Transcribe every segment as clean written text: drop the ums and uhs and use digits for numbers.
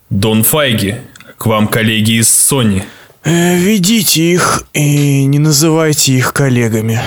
Дон Файги, к вам коллеги из Sony. Ведите их и не называйте их коллегами.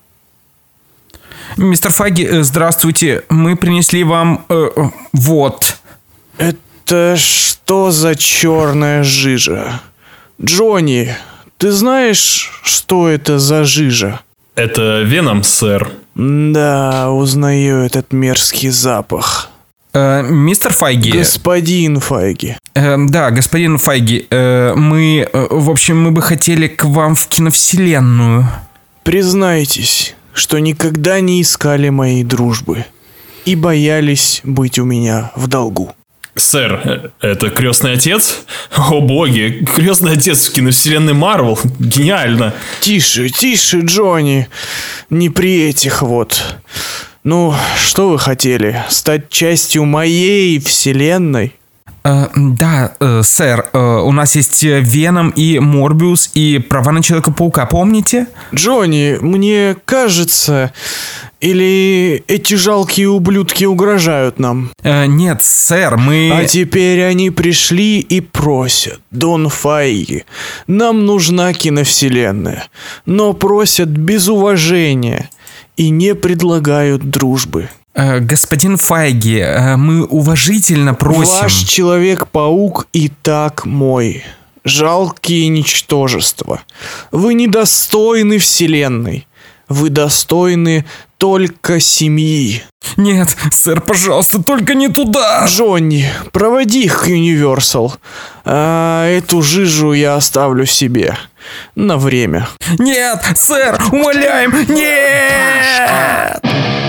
Мистер Файги, здравствуйте. Мы принесли вам... вот. Это что за черная жижа? Джонни, ты знаешь, что это за жижа? Это Веном, сэр. Да, узнаю этот мерзкий запах. Мистер Файги. Господин Файги. Да, господин Файги. Мы бы хотели к вам в киновселенную. Признайтесь, что никогда не искали моей дружбы и боялись быть у меня в долгу. Сэр, это крестный отец? О боги, крестный отец в киновселенной Марвел. Гениально. Тише, Джонни. Не при этих вот. Ну, что вы хотели? Стать частью моей вселенной? Да, сэр, у нас есть Веном и Морбиус и права на Человека-паука, помните? Джонни, мне кажется, или эти жалкие ублюдки угрожают нам? Нет, сэр, мы... А теперь они пришли и просят: Дон Файги, нам нужна киновселенная, но просят без уважения и не предлагают дружбы. Господин Файги, мы уважительно просим... Ваш Человек-паук и так мой. Жалкие ничтожества. Вы недостойны вселенной. Вы достойны только семьи. Нет, сэр, пожалуйста, только не туда. Джонни, проводи их к Universal. А эту жижу я оставлю себе. На время. Нет, сэр, умоляем, нет!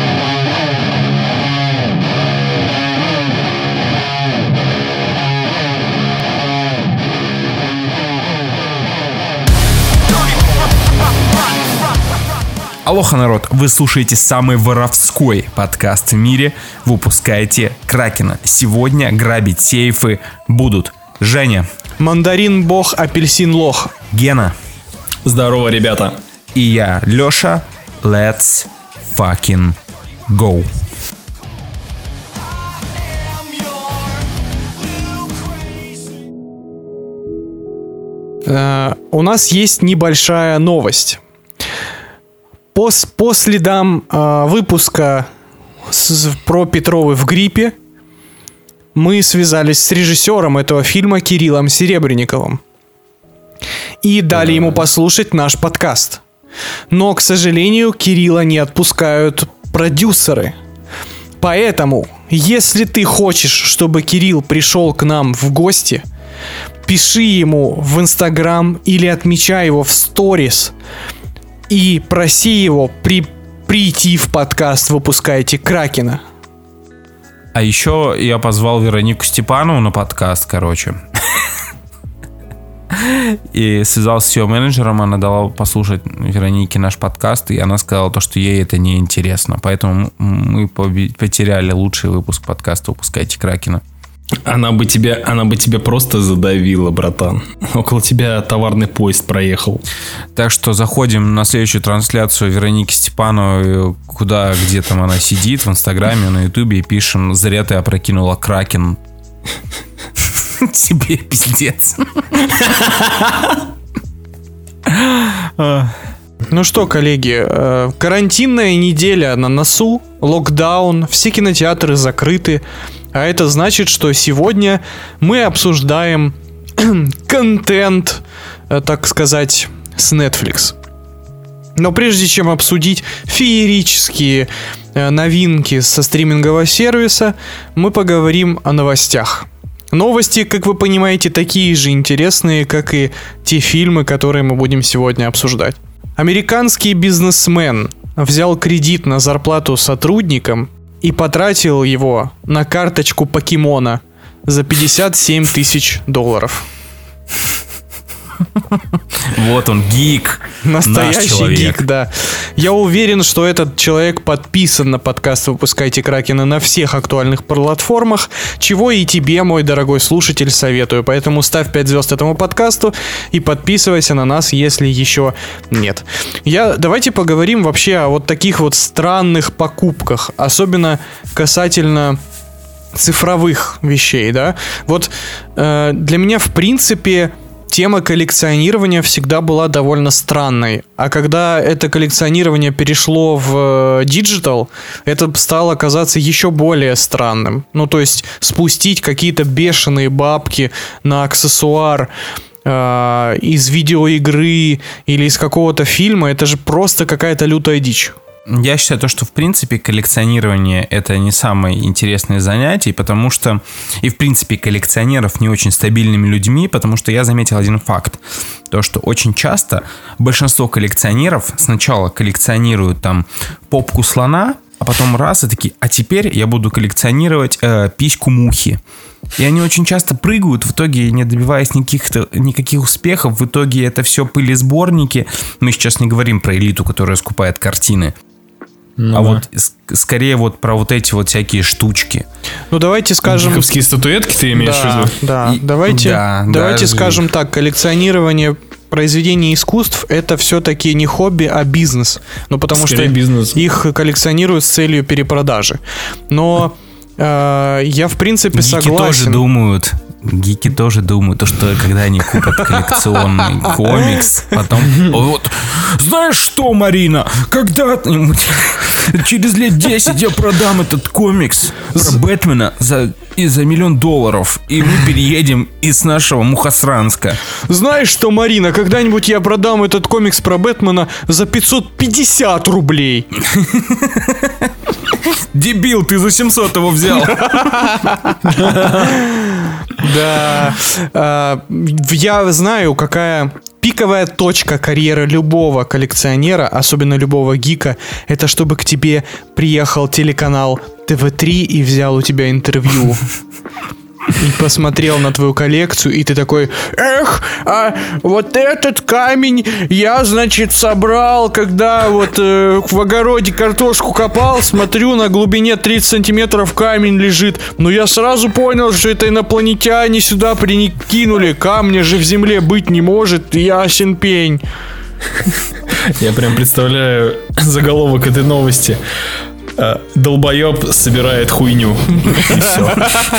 Алоха, народ, вы слушаете самый воровской подкаст в мире, выпускаете Кракена. Сегодня грабить сейфы будут Женя. Мандарин бог, апельсин лох. Гена. Здорово, ребята. И я, Леша. Let's fucking go. У нас есть небольшая новость. По следам выпуска про Петровы в гриппе мы связались с режиссером этого фильма Кириллом Серебренниковым и дали ему послушать наш подкаст. Но, к сожалению, Кирилла не отпускают продюсеры. Поэтому, если ты хочешь, чтобы Кирилл пришел к нам в гости, пиши ему в Инстаграм или отмечай его в сторис и проси его прийти в подкаст «Выпускайте Кракена». А еще я позвал Веронику Степанову на подкаст, короче. И связался с ее менеджером, она дала послушать Веронике наш подкаст, и она сказала то, что ей это не интересно. Поэтому мы потеряли лучший выпуск подкаста «Выпускайте Кракена». Она бы тебя просто задавила, братан. Около тебя товарный поезд проехал. Так что заходим на следующую трансляцию Вероники Степановой, где там она сидит, в Инстаграме, на Ютубе, и пишем: «Зря ты опрокинула Кракен». Тебе пиздец. Ну что, коллеги, карантинная неделя на носу, локдаун, все кинотеатры закрыты. А это значит, что сегодня мы обсуждаем контент, так сказать, с Netflix. Но прежде чем обсудить феерические новинки со стримингового сервиса, мы поговорим о новостях. Новости, как вы понимаете, такие же интересные, как и те фильмы, которые мы будем сегодня обсуждать. Американский бизнесмен взял кредит на зарплату сотрудникам и потратил его на карточку покемона за $57 тысяч. Вот он, гик. Настоящий гик, да. Я уверен, что этот человек подписан на подкаст «Выпускайте Кракена» на всех актуальных платформах, чего и тебе, мой дорогой слушатель, советую. Поэтому ставь 5 звезд этому подкасту и подписывайся на нас, если еще нет. Давайте поговорим вообще о вот таких вот странных покупках, особенно касательно цифровых вещей, да. Вот для меня, в принципе, тема коллекционирования всегда была довольно странной. А когда это коллекционирование перешло в диджитал, это стало казаться еще более странным. Ну, то есть спустить какие-то бешеные бабки на аксессуар из видеоигры или из какого-то фильма, это же просто какая-то лютая дичь. Я считаю, что в принципе коллекционирование — это не самое интересное занятие, потому что и в принципе коллекционеров не очень стабильными людьми, потому что я заметил один факт. То, что очень часто большинство коллекционеров сначала коллекционируют там попку слона, а потом раз и такие, а теперь я буду коллекционировать письку мухи. И они очень часто прыгают, в итоге не добиваясь никаких успехов, в итоге это все пылесборники. Мы сейчас не говорим про элиту, которая скупает картины. А вот скорее вот про вот эти вот всякие штучки. Ну давайте скажем... Гиковские статуэтки ты имеешь в виду? Да, давайте скажем так, коллекционирование произведений искусств — это все-таки не хобби, а бизнес. Ну потому скорее что бизнес. Их коллекционируют с целью перепродажи. Но я в принципе согласен. Гики тоже думают, что когда они купят коллекционный комикс, потом... Вот, знаешь что, Марина, когда-нибудь через лет 10 я продам этот комикс про Бэтмена за $1 миллион, и мы переедем из нашего Мухосранска. Знаешь что, Марина, когда-нибудь я продам этот комикс про Бэтмена за 550 рублей. Дебил, ты за 700 его взял. Да. Я знаю, какая пиковая точка карьеры любого коллекционера, особенно любого гика, это чтобы к тебе приехал телеканал ТВ3 и взял у тебя интервью. И посмотрел на твою коллекцию, и ты такой: эх, а вот этот камень я, значит, собрал, когда вот в огороде картошку копал, смотрю, на глубине 30 сантиметров камень лежит. Но я сразу понял, что это инопланетяне сюда прикинули. Камня же в земле быть не может, ясен пень. Я прям представляю заголовок этой новости. Долбоеб собирает хуйню. И все.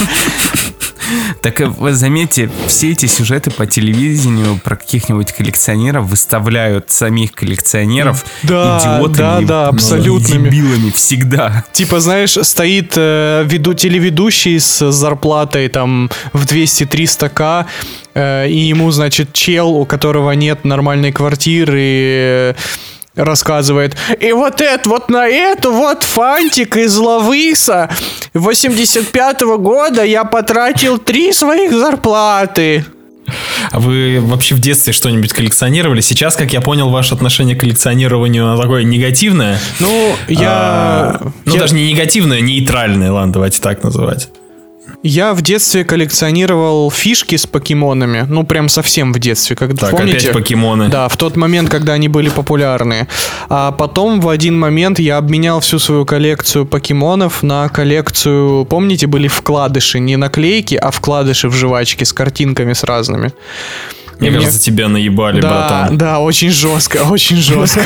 Так вы заметьте, все эти сюжеты по телевидению про каких-нибудь коллекционеров выставляют самих коллекционеров идиотами, абсолютными дебилами всегда. Типа, знаешь, стоит телеведущий с зарплатой там в 200-300к, и ему, значит, чел, у которого нет нормальной квартиры, рассказывает: и вот это, вот на эту вот фантик из Лавыса 85-го года я потратил 3 своих зарплаты. А вы вообще в детстве что-нибудь коллекционировали? Сейчас, как я понял, ваше отношение к коллекционированию такое негативное. Ну, даже не негативное, нейтральное, ладно, давайте так называть. Я в детстве коллекционировал фишки с покемонами. Ну, прям совсем в детстве. Так, помните? Опять покемоны. Да, в тот момент, когда они были популярны. А потом в один момент я обменял всю свою коллекцию покемонов на коллекцию... Помните, были вкладыши? Не наклейки, а вкладыши в жвачке с картинками с разными. Мне кажется, тебя наебали, братан. Да, очень жестко, очень жестко.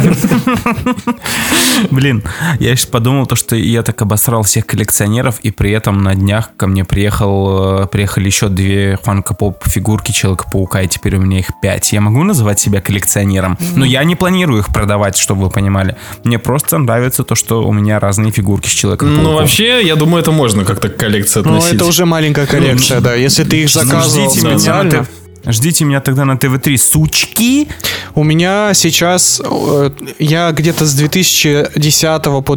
Блин, я сейчас подумал, что я так обосрал всех коллекционеров, и при этом на днях ко мне приехали еще 2 фанко-поп фигурки Человека-паука, и теперь у меня их 5. Я могу называть себя коллекционером? Но я не планирую их продавать, чтобы вы понимали. Мне просто нравится то, что у меня разные фигурки с Человеком-пауком. Ну, вообще, я думаю, это можно как-то к коллекции относить. Ну, это уже маленькая коллекция, да. Если ты их заказывал специально... Ждите меня тогда на ТВ3, сучки. У меня сейчас... Я где-то с 2010 по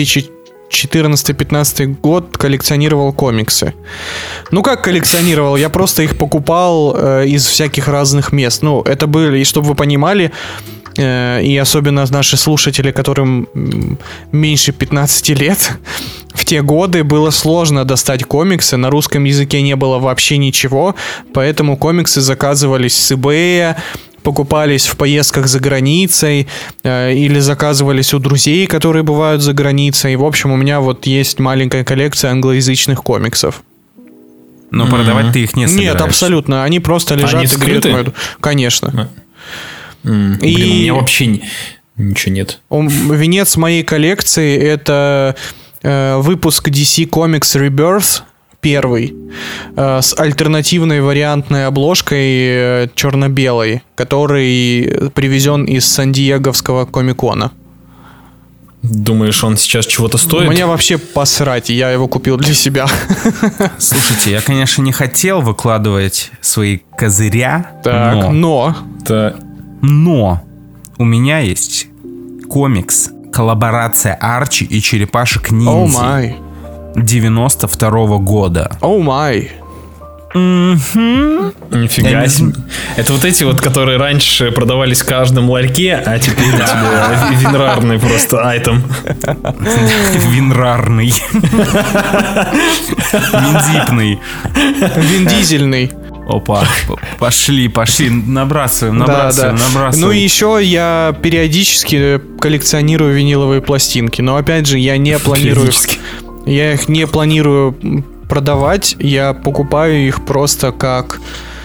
2014-15 год коллекционировал комиксы. Ну, как коллекционировал? Я просто их покупал из всяких разных мест. Ну, это были, и чтобы вы понимали, и особенно наши слушатели, которым меньше 15 лет, в те годы было сложно достать комиксы, на русском языке не было вообще ничего, поэтому комиксы заказывались с eBay, покупались в поездках за границей или заказывались у друзей, которые бывают за границей. И, в общем, у меня вот есть маленькая коллекция англоязычных комиксов. Но продавать ты их не собираешься? Нет, абсолютно, они просто лежат и греют мою... Конечно. Блин, у меня вообще ничего нет. Венец моей коллекции — это выпуск DC Comics Rebirth, первый, с альтернативной вариантной обложкой черно-белой, который привезен из Сан-Диеговского комик-кона. Думаешь, он сейчас чего-то стоит? Мне вообще посрать, я его купил для себя. Слушайте, я, конечно, не хотел выкладывать свои козыря, Так, но у меня есть комикс, коллаборация Арчи и Черепашек-ниндзя. Оу май. 92-го года. Оу май. Нифига себе. Это вот эти вот, которые раньше продавались в каждом ларьке, а теперь у тебя винрарный просто айтем. Винрарный. Виндипный. Виндизельный. Опа, пошли, набрасываем. Ну и еще я периодически коллекционирую виниловые пластинки, но опять же я не планирую... Я их не планирую продавать, я покупаю их просто как...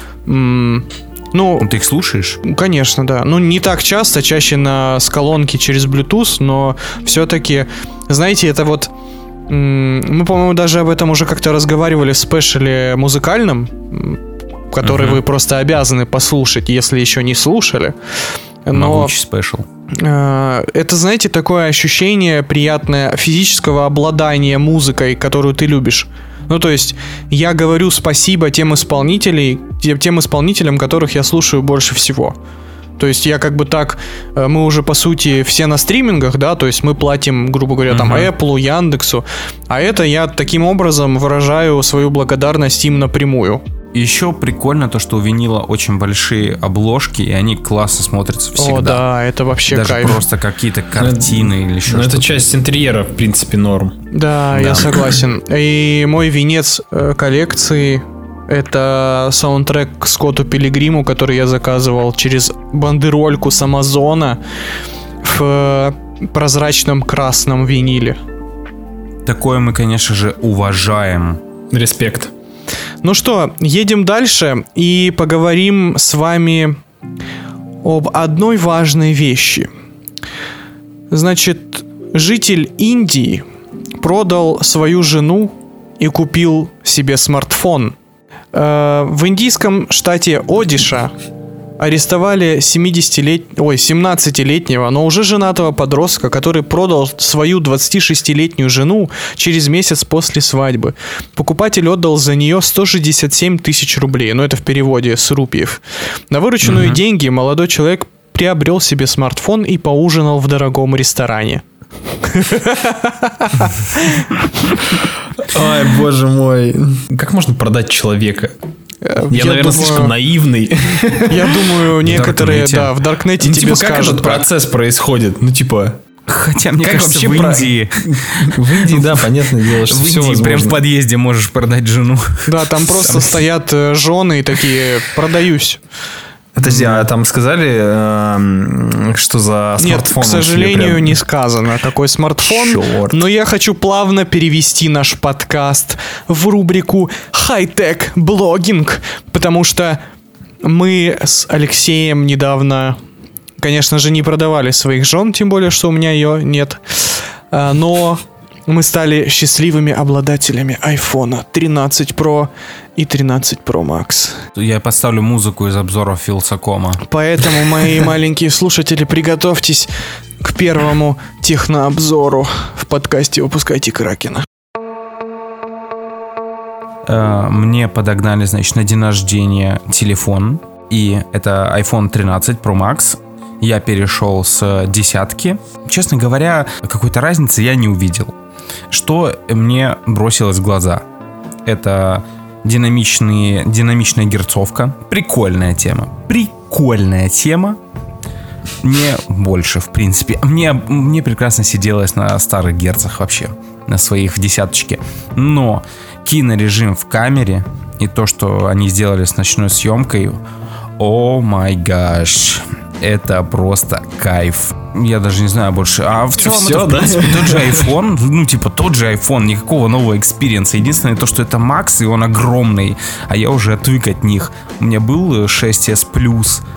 Ты их слушаешь? Конечно, да. Ну, не так часто, чаще с колонки через Bluetooth, но все-таки, знаете, это вот... Мы, по-моему, даже об этом уже как-то разговаривали в спешале музыкальном, который вы просто обязаны послушать, если еще не слушали. Могучий спешл. Это, знаете, такое ощущение приятное физического обладания музыкой, которую ты любишь. Ну, то есть, я говорю спасибо тем исполнителям, которых я слушаю больше всего. То есть, я как бы так... Мы уже, по сути, все на стримингах, да, то есть, мы платим, грубо говоря, там, Apple, Яндексу. А это я таким образом выражаю свою благодарность им напрямую. Еще прикольно то, что у винила очень большие обложки, и они классно смотрятся всегда. О, да, это вообще даже кайф. Просто какие-то картины или еще что-то. Это часть интерьера, в принципе, норм. Да, я согласен. И мой венец коллекции — это саундтрек к Скотту Пилигриму, который я заказывал через бандерольку с Амазона в прозрачном красном виниле. Такое мы, конечно же, уважаем. Респект. Ну что, едем дальше и поговорим с вами об одной важной вещи. Значит, житель Индии продал свою жену и купил себе смартфон. В индийском штате Одиша арестовали 17-летнего, но уже женатого подростка, который продал свою 26-летнюю жену через месяц после свадьбы. Покупатель отдал за нее 167 тысяч рублей, но это в переводе с рупиев. На вырученные деньги молодой человек приобрел себе смартфон и поужинал в дорогом ресторане. Ой, боже мой. Как можно продать человека? Я, наверное, слишком наивный. Я думаю, некоторые, в Даркнете тебе скажут. Как этот процесс происходит? Ну, типа... Хотя, мне кажется, в Индии... В Индии, да, понятное дело, что все возможно. Прям в подъезде можешь продать жену. Да, там просто стоят жены и такие: продаюсь. Подожди, а там сказали, что за смартфон? Нет, к сожалению, не сказано, какой смартфон. Черт. Но я хочу плавно перевести наш подкаст в рубрику «Хай-тек блогинг», потому что мы с Алексеем недавно, конечно же, не продавали своих жен, тем более, что у меня ее нет, но мы стали счастливыми обладателями iPhone 13 Pro и 13 Pro Max. Я поставлю музыку из обзоров Вилсакома. Поэтому, мои маленькие слушатели, приготовьтесь к первому технообзору в подкасте «Выпускайте Кракена». Мне подогнали, значит, на день рождения телефон. И это iPhone 13 Pro Max. Я перешел с десятки. Честно говоря, какой-то разницы я не увидел. Что мне бросилось в глаза? Это динамичная герцовка. Прикольная тема. Не больше, в принципе. Мне прекрасно сиделось на старых герцах вообще. На своих в десяточке. Но кинорежим в камере и то, что они сделали с ночной съемкой, о май гаш, это просто кайф. Я даже не знаю больше. А в целом все, это, в принципе, тот же iPhone. Ну, типа, тот же iPhone. Никакого нового экспириенса. Единственное то, что это Max, и он огромный. А я уже отвык от них. У меня был 6s Plus,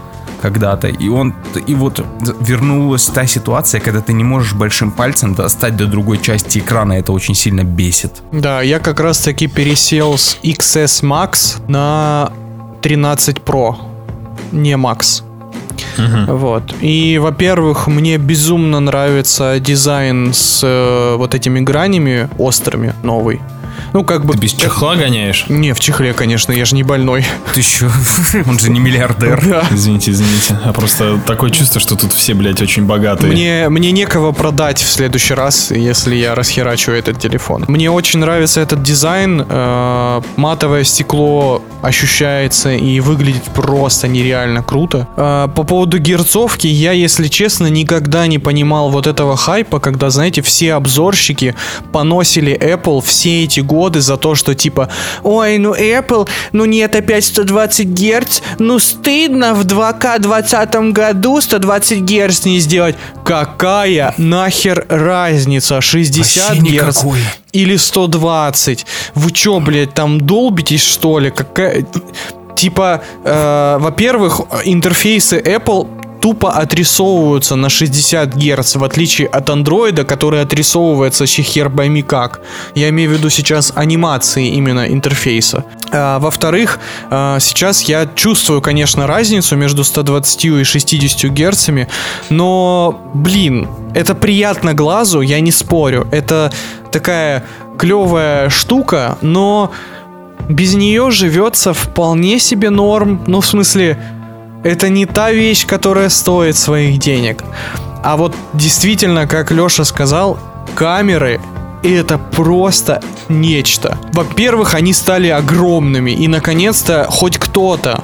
когда-то. И вот вернулась та ситуация, когда ты не можешь большим пальцем достать до другой части экрана. Это очень сильно бесит. Да, я как раз таки пересел с XS Max на 13 Pro, не Max. Вот. И, во-первых, мне безумно нравится дизайн с вот этими гранями острыми, новый. Ну, как бы... Ты без чехла гоняешь? Не, в чехле, конечно, я же не больной. Ты еще... Он же не миллиардер. Да. Извините. А просто такое чувство, что тут все, блядь, очень богатые. Мне некого продать в следующий раз, если я расхерачу этот телефон. Мне очень нравится этот дизайн. Матовое стекло ощущается и выглядит просто нереально круто. По поводу герцовки, я, если честно, никогда не понимал вот этого хайпа, когда, знаете, все обзорщики поносили Apple все эти годы за то, что типа, ой, ну Apple, ну нет, опять 120 Гц, ну стыдно в 2К 2020 году 120 Гц не сделать. Какая нахер разница, 60 Гц или 120? Вы чё, блядь, там долбитесь, что ли? Какая... Типа, во-первых, интерфейсы Apple тупо отрисовываются на 60 Гц, в отличие от андроида, который отрисовывается хер пойми как. Я имею в виду сейчас анимации именно интерфейса. Во-вторых, сейчас я чувствую, конечно, разницу между 120 и 60 Гц, но, блин, это приятно глазу, я не спорю. Это такая клевая штука, но без нее живется вполне себе норм. Ну, в смысле... Это не та вещь, которая стоит своих денег. А вот действительно, как Леша сказал, камеры — это просто нечто. Во-первых, они стали огромными. И, наконец-то, хоть кто-то,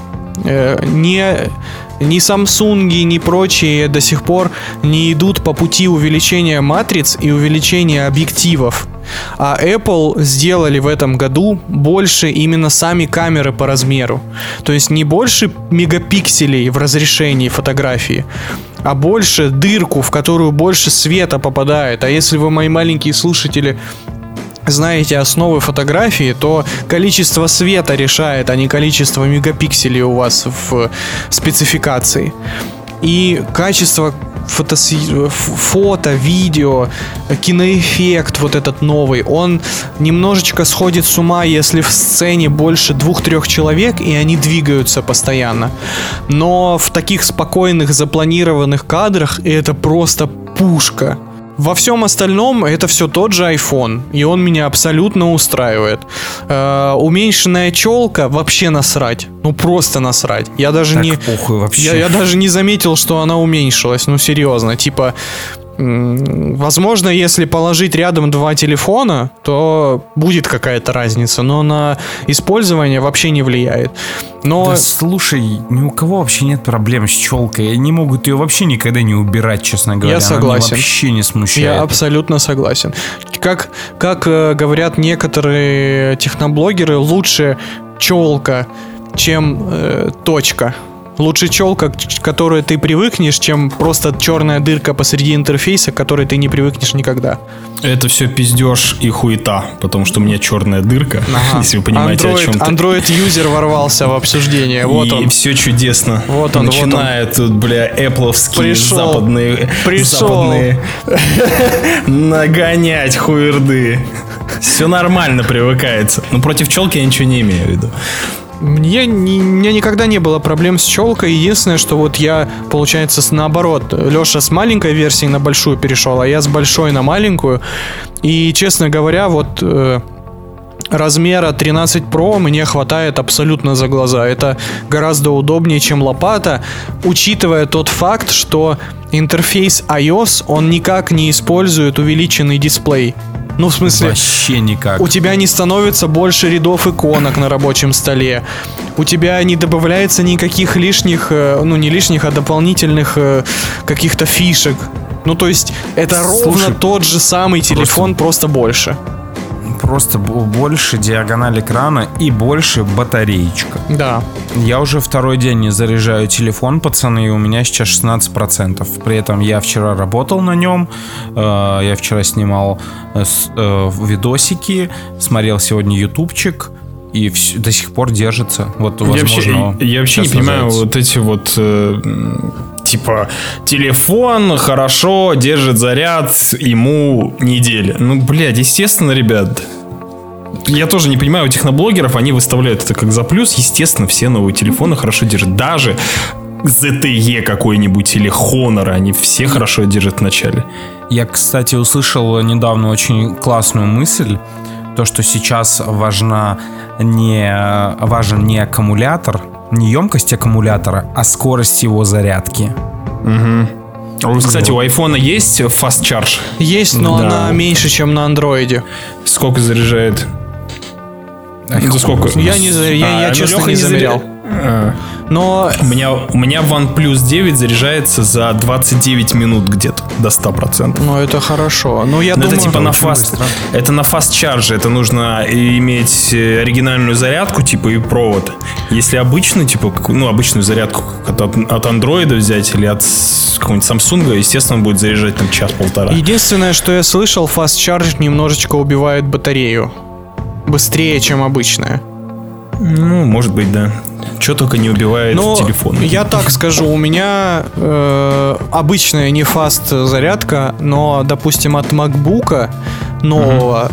не Samsung, ни прочие до сих пор не идут по пути увеличения матриц и увеличения объективов. А Apple сделали в этом году больше именно сами камеры по размеру. То есть не больше мегапикселей в разрешении фотографии, а больше дырку, в которую больше света попадает. А если вы, мои маленькие слушатели, знаете основы фотографии, то количество света решает, а не количество мегапикселей у вас в спецификации. И качество фото, видео, киноэффект вот этот новый, он немножечко сходит с ума, если в сцене больше 2-3 человек, и они двигаются постоянно. Но в таких спокойных, запланированных кадрах это просто пушка. Во всем остальном это все тот же iPhone, и он меня абсолютно устраивает. Уменьшенная челка вообще насрать, ну просто насрать. Я даже я даже не заметил, что она уменьшилась, ну серьезно, типа. Возможно, если положить рядом два телефона, то будет какая-то разница, но на использование вообще не влияет. Но... Да слушай, ни у кого вообще нет проблем с челкой. Они могут ее вообще никогда не убирать, честно говоря. Я согласен. Она вообще не смущает. Я абсолютно согласен. Как говорят некоторые техноблогеры, лучше челка, чем точка. Лучше челка, к которой ты привыкнешь, чем просто черная дырка посреди интерфейса, к которой ты не привыкнешь никогда. Это все пиздеж и хуета, потому что у меня черная дырка, если вы понимаете, о чем-то. Android-юзер ворвался в обсуждение, вот и он. И все чудесно. Вот он, начинает тут, бля, эппловские западные нагонять хуерды. Все нормально привыкается. Но против челки я ничего не имею в виду. У меня никогда не было проблем с челкой. Единственное, что вот я, получается, наоборот, Леша с маленькой версии на большую перешел, а я с большой на маленькую. И, честно говоря, вот размера 13 Pro мне хватает абсолютно за глаза. Это гораздо удобнее, чем лопата, учитывая тот факт, что интерфейс iOS, он никак не использует увеличенный дисплей. Ну, в смысле, вообще никак. У тебя не становится больше рядов иконок на рабочем столе. У тебя не добавляется никаких лишних, ну не лишних, а дополнительных каких-то фишек. Ну, то есть, это ровно тот же самый телефон, просто больше. Просто больше диагональ экрана и больше батареечка. Да. Я уже второй день не заряжаю телефон, пацаны, и у меня сейчас 16%. При этом я вчера работал на нем, я вчера снимал видосики, смотрел сегодня ютубчик. и до сих пор держится. Вот, возможно, я вообще не понимаю вот эти вот типа телефон хорошо держит заряд, ему неделя. Ну, блядь, естественно, ребят. Я тоже не понимаю, у техноблогеров они выставляют это как за плюс. Естественно, все новые телефоны хорошо держат. Даже ZTE какой-нибудь или Honor, они все хорошо держат в начале. Я, кстати, услышал недавно очень классную мысль. То, что сейчас важен не аккумулятор, не емкость аккумулятора, а скорость его зарядки. Угу. Кстати, у айфона есть Fast Charge? Есть, но она меньше, чем на андроиде. Сколько заряжает? За сколько? Я честно не замерял. Но у меня OnePlus 9 заряжается за 29 минут где-то до 100%. Ну, это хорошо. Ну, я думаю, это типа на Fast. Это на Fast Charge. Это нужно иметь оригинальную зарядку, типа, и провод. Если обычную, типа, обычную зарядку от Android взять или от какого-нибудь Samsung, естественно, он будет заряжать там час-полтора. Единственное, что я слышал, Fast Charge немножечко убивает батарею. Быстрее, чем обычная. Ну, может быть, да. Что только не убивает телефон. Я так скажу, у меня обычная не фаст зарядка, но, допустим, от MacBook нового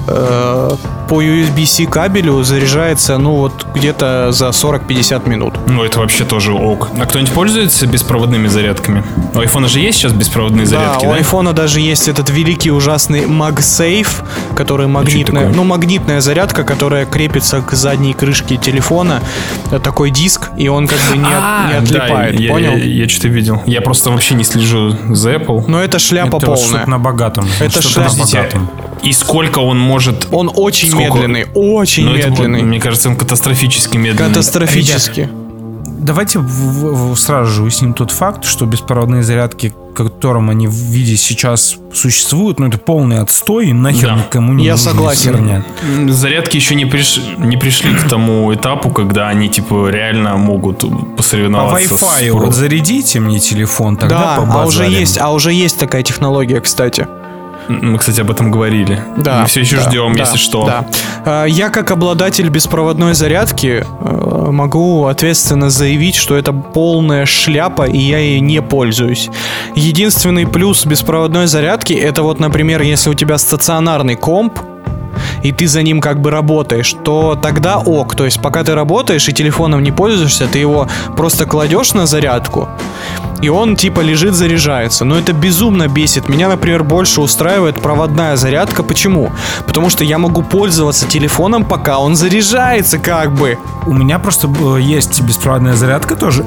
по USB-C кабелю заряжается, где-то за 40-50 минут. Ну, это вообще тоже ок. А кто-нибудь пользуется беспроводными зарядками? У айфона же есть сейчас беспроводные зарядки, да? У айфона даже есть этот великий ужасный MagSafe, который магнитная, магнитная зарядка, которая крепится к задней крышке телефона. Такой диск, и он как бы не отлипает, да, понял? Я что-то видел. Я просто вообще не слежу за Apple. Но это шляпа полная. Что-то на богатом. Это шляпа. И сколько он может... Он очень медленный, очень медленный. Мне кажется, он катастрофически медленный. Катастрофически. Давайте сразу же уясним тот факт, что беспроводные зарядки, в котором они в виде сейчас существуют, это полный отстой, и нахер никому не нужно. Я согласен. Зарядки еще не пришли к тому этапу, когда они типа реально могут посоревноваться. По Wi-Fi вот зарядите мне телефон, тогда побазарим. А уже есть такая технология, кстати. Мы, кстати, об этом говорили. Да, мы все еще ждем, если что. Да. Я, как обладатель беспроводной зарядки, могу ответственно заявить, что это полная шляпа, и я ей не пользуюсь. Единственный плюс беспроводной зарядки — это вот, например, если у тебя стационарный комп, и ты за ним как бы работаешь, то тогда ок. То есть пока ты работаешь и телефоном не пользуешься, ты его просто кладешь на зарядку, и он типа лежит, заряжается. Но это безумно бесит. Меня, например, больше устраивает проводная зарядка. Почему? Потому что я могу пользоваться телефоном, пока он заряжается как бы. У меня просто есть беспроводная зарядка тоже.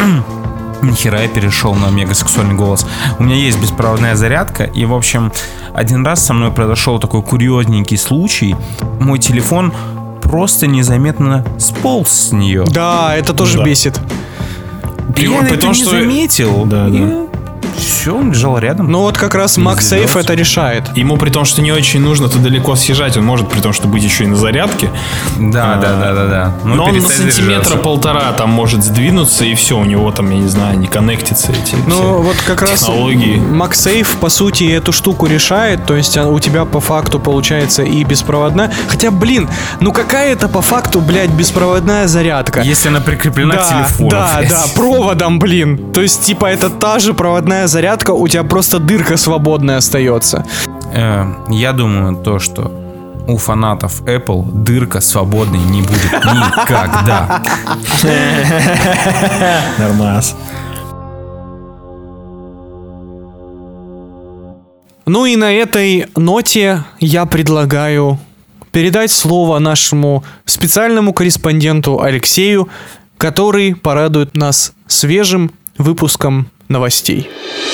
Нихера, я перешел на мегасексуальный голос. У меня есть беспроводная зарядка. И, в общем, один раз со мной произошел такой курьезненький случай. Мой телефон просто незаметно сполз с нее. Да, это тоже бесит. Я это не заметил. Да. Все, он лежал рядом. Ну вот как раз MagSafe это решает. Ему при том, что не очень нужно то далеко съезжать, он может при том, что быть еще и на зарядке. Да. Но он на сантиметра полтора там может сдвинуться, и все, у него там, я не знаю, не коннектится эти вот как технологии. Раз MagSafe, по сути, эту штуку решает. То есть у тебя по факту получается и беспроводная. Хотя, какая это по факту, беспроводная зарядка? Если она прикреплена к телефону. Да, проводом, То есть, типа, это та же проводная зарядка, у тебя просто дырка свободная остается. Я думаю, что у фанатов Apple дырка свободной не будет никогда. Нормас. Ну и на этой ноте я предлагаю передать слово нашему специальному корреспонденту Алексею, который порадует нас свежим выпуском новостей.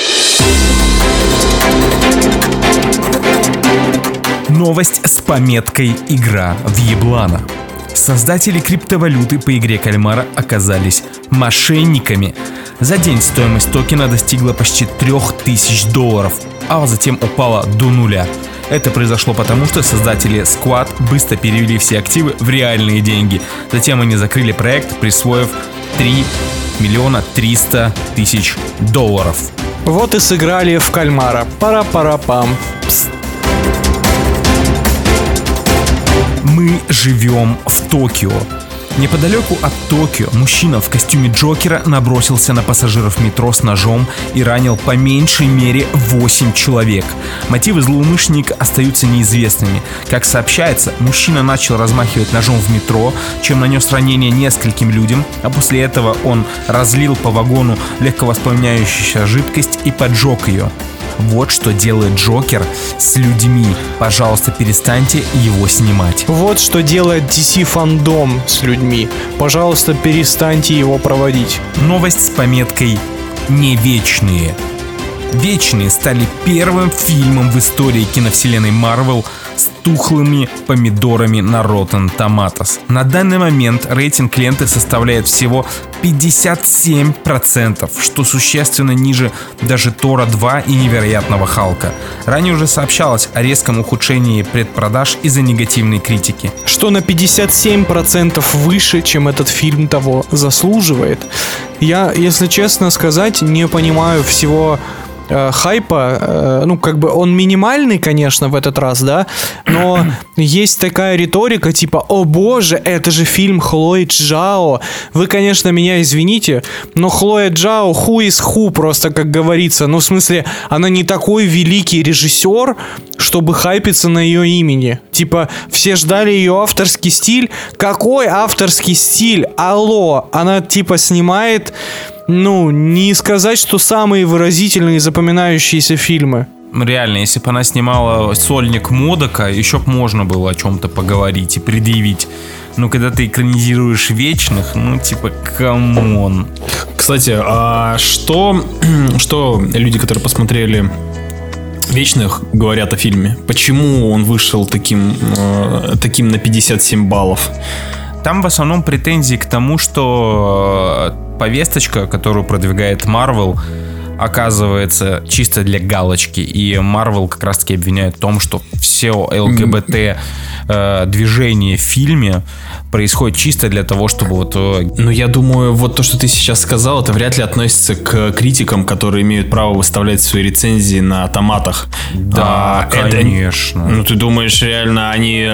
Новость с пометкой «Игра в еблана». Создатели криптовалюты по игре кальмара оказались мошенниками. За день стоимость токена достигла почти $3000, а затем упала до нуля. Это произошло потому, что создатели Squad быстро перевели все активы в реальные деньги. Затем они закрыли проект, присвоив $3 300 000. Вот и сыграли в кальмара. Пара-пара-пам. Пс. Мы живем в Токио. Неподалеку от Токио мужчина в костюме Джокера набросился на пассажиров метро с ножом и ранил по меньшей мере 8 человек. Мотивы злоумышленника остаются неизвестными. Как сообщается, мужчина начал размахивать ножом в метро, чем нанес ранение нескольким людям, а после этого он разлил по вагону легковоспламеняющуюся жидкость и поджег ее. Вот что делает Джокер с людьми. Пожалуйста, перестаньте его снимать. Вот что делает DC фандом с людьми. Пожалуйста, перестаньте его проводить. Новость с пометкой «Не вечные». «Вечные» стали первым фильмом в истории киновселенной Marvel с тухлыми помидорами на Rotten Tomatoes. На данный момент рейтинг ленты составляет всего 57%, что существенно ниже даже Тора 2 и Невероятного Халка. Ранее уже сообщалось о резком ухудшении предпродаж из-за негативной критики. Что на 57% выше, чем этот фильм того заслуживает. Я, если честно сказать, не понимаю всего хайпа, ну, как бы он минимальный, конечно, в этот раз, да, но есть такая риторика, типа, о боже, это же фильм Хлои Джао. Вы, конечно, меня извините, но Хлоя Джао who is who, просто, как говорится, ну, в смысле, она не такой великий режиссер, чтобы хайпиться на ее имени. Типа, все ждали ее авторский стиль. Какой авторский стиль? Алло, она, типа, снимает... Ну, не сказать, что самые выразительные и запоминающиеся фильмы. Реально, если бы она снимала сольник Модока, еще бы можно было о чем-то поговорить и предъявить. Но когда ты экранизируешь Вечных, ну, типа, камон. Кстати, а что люди, которые посмотрели Вечных, говорят о фильме? Почему он вышел таким на 57 баллов? Там в основном претензии к тому, что повесточка, которую продвигает Marvel, оказывается чисто для галочки. И Marvel как раз-таки обвиняет в том, что все ЛГБТ движение в фильме происходит чисто для того, чтобы вот... Ну, я думаю, вот то, что ты сейчас сказал, это вряд ли относится к критикам, которые имеют право выставлять свои рецензии на томатах. Да, конечно. Ну, ты думаешь, реально они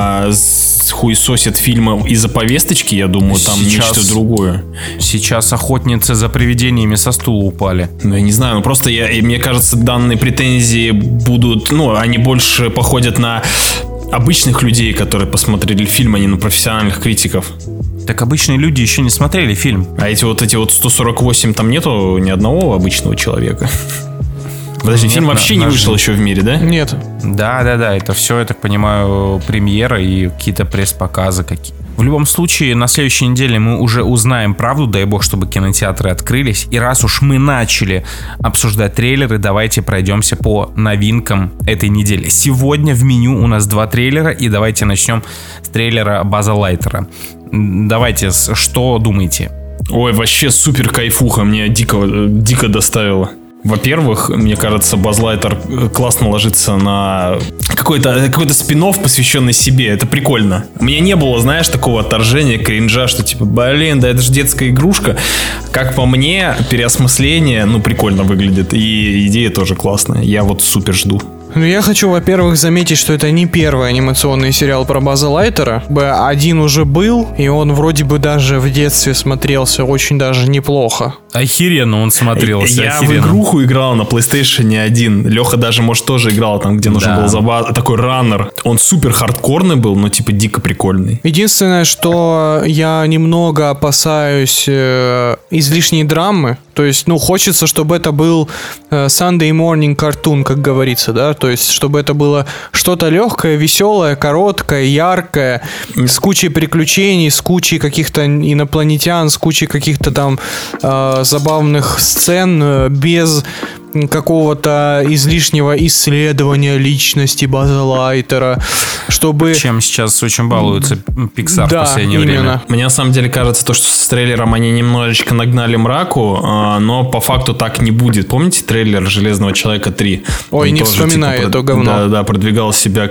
хуесосят фильмы из-за повесточки? Я думаю, там Сейчас- нечто другое. Сейчас охотницы за привидениями со стула упали. Ну, я не знаю, ну просто мне кажется, данные претензии будут, ну, они больше походят на обычных людей, которые посмотрели фильм, а не на профессиональных критиков. Так обычные люди еще не смотрели фильм. А эти вот 148, там нету ни одного обычного человека. Подожди, Нет, фильм вообще не вышел еще в мире, да? Нет. Да, это все, я так понимаю, премьера и какие-то пресс-показы какие. В любом случае, на следующей неделе мы уже узнаем правду, дай бог, чтобы кинотеатры открылись. И раз уж мы начали обсуждать трейлеры, давайте пройдемся по новинкам этой недели. Сегодня в меню у нас 2 трейлера, и давайте начнем с трейлера База Лайтера. Давайте, что думаете? Ой, вообще супер кайфуха, мне дико доставило. Во-первых, мне кажется, Базз Лайтер классно ложится на какой-то спин-офф, посвященный себе. Это прикольно. У меня не было, знаешь, такого отторжения, кринжа, что типа, блин, да это же детская игрушка. Как по мне, переосмысление, ну, прикольно выглядит. И идея тоже классная. Я вот супер жду. Ну, я хочу, во-первых, заметить, что это не первый анимационный сериал про База Лайтера. Один уже был, и он вроде бы даже в детстве смотрелся очень даже неплохо. Охеренно он смотрелся. Я в игруху играл на PlayStation 1. Леха даже, может, тоже играл там, где нужно было такой раннер. Он супер хардкорный был, но типа дико прикольный. Единственное, что я немного опасаюсь излишней драмы. То есть, ну, хочется, чтобы это был Sunday morning cartoon, как говорится, да? То есть, чтобы это было что-то легкое, веселое, короткое, яркое, с кучей приключений, с кучей каких-то инопланетян, с кучей каких-то там забавных сцен, без какого-то излишнего исследования личности База Лайтера, чтобы... Чем сейчас очень балуются Pixar в последнее именно время. Мне на самом деле кажется, то, что с трейлером они немножечко нагнали мраку, но по факту так не будет. Помните трейлер «Железного человека 3»? Ой, Он не тоже, вспоминай это говно. Да, продвигал себя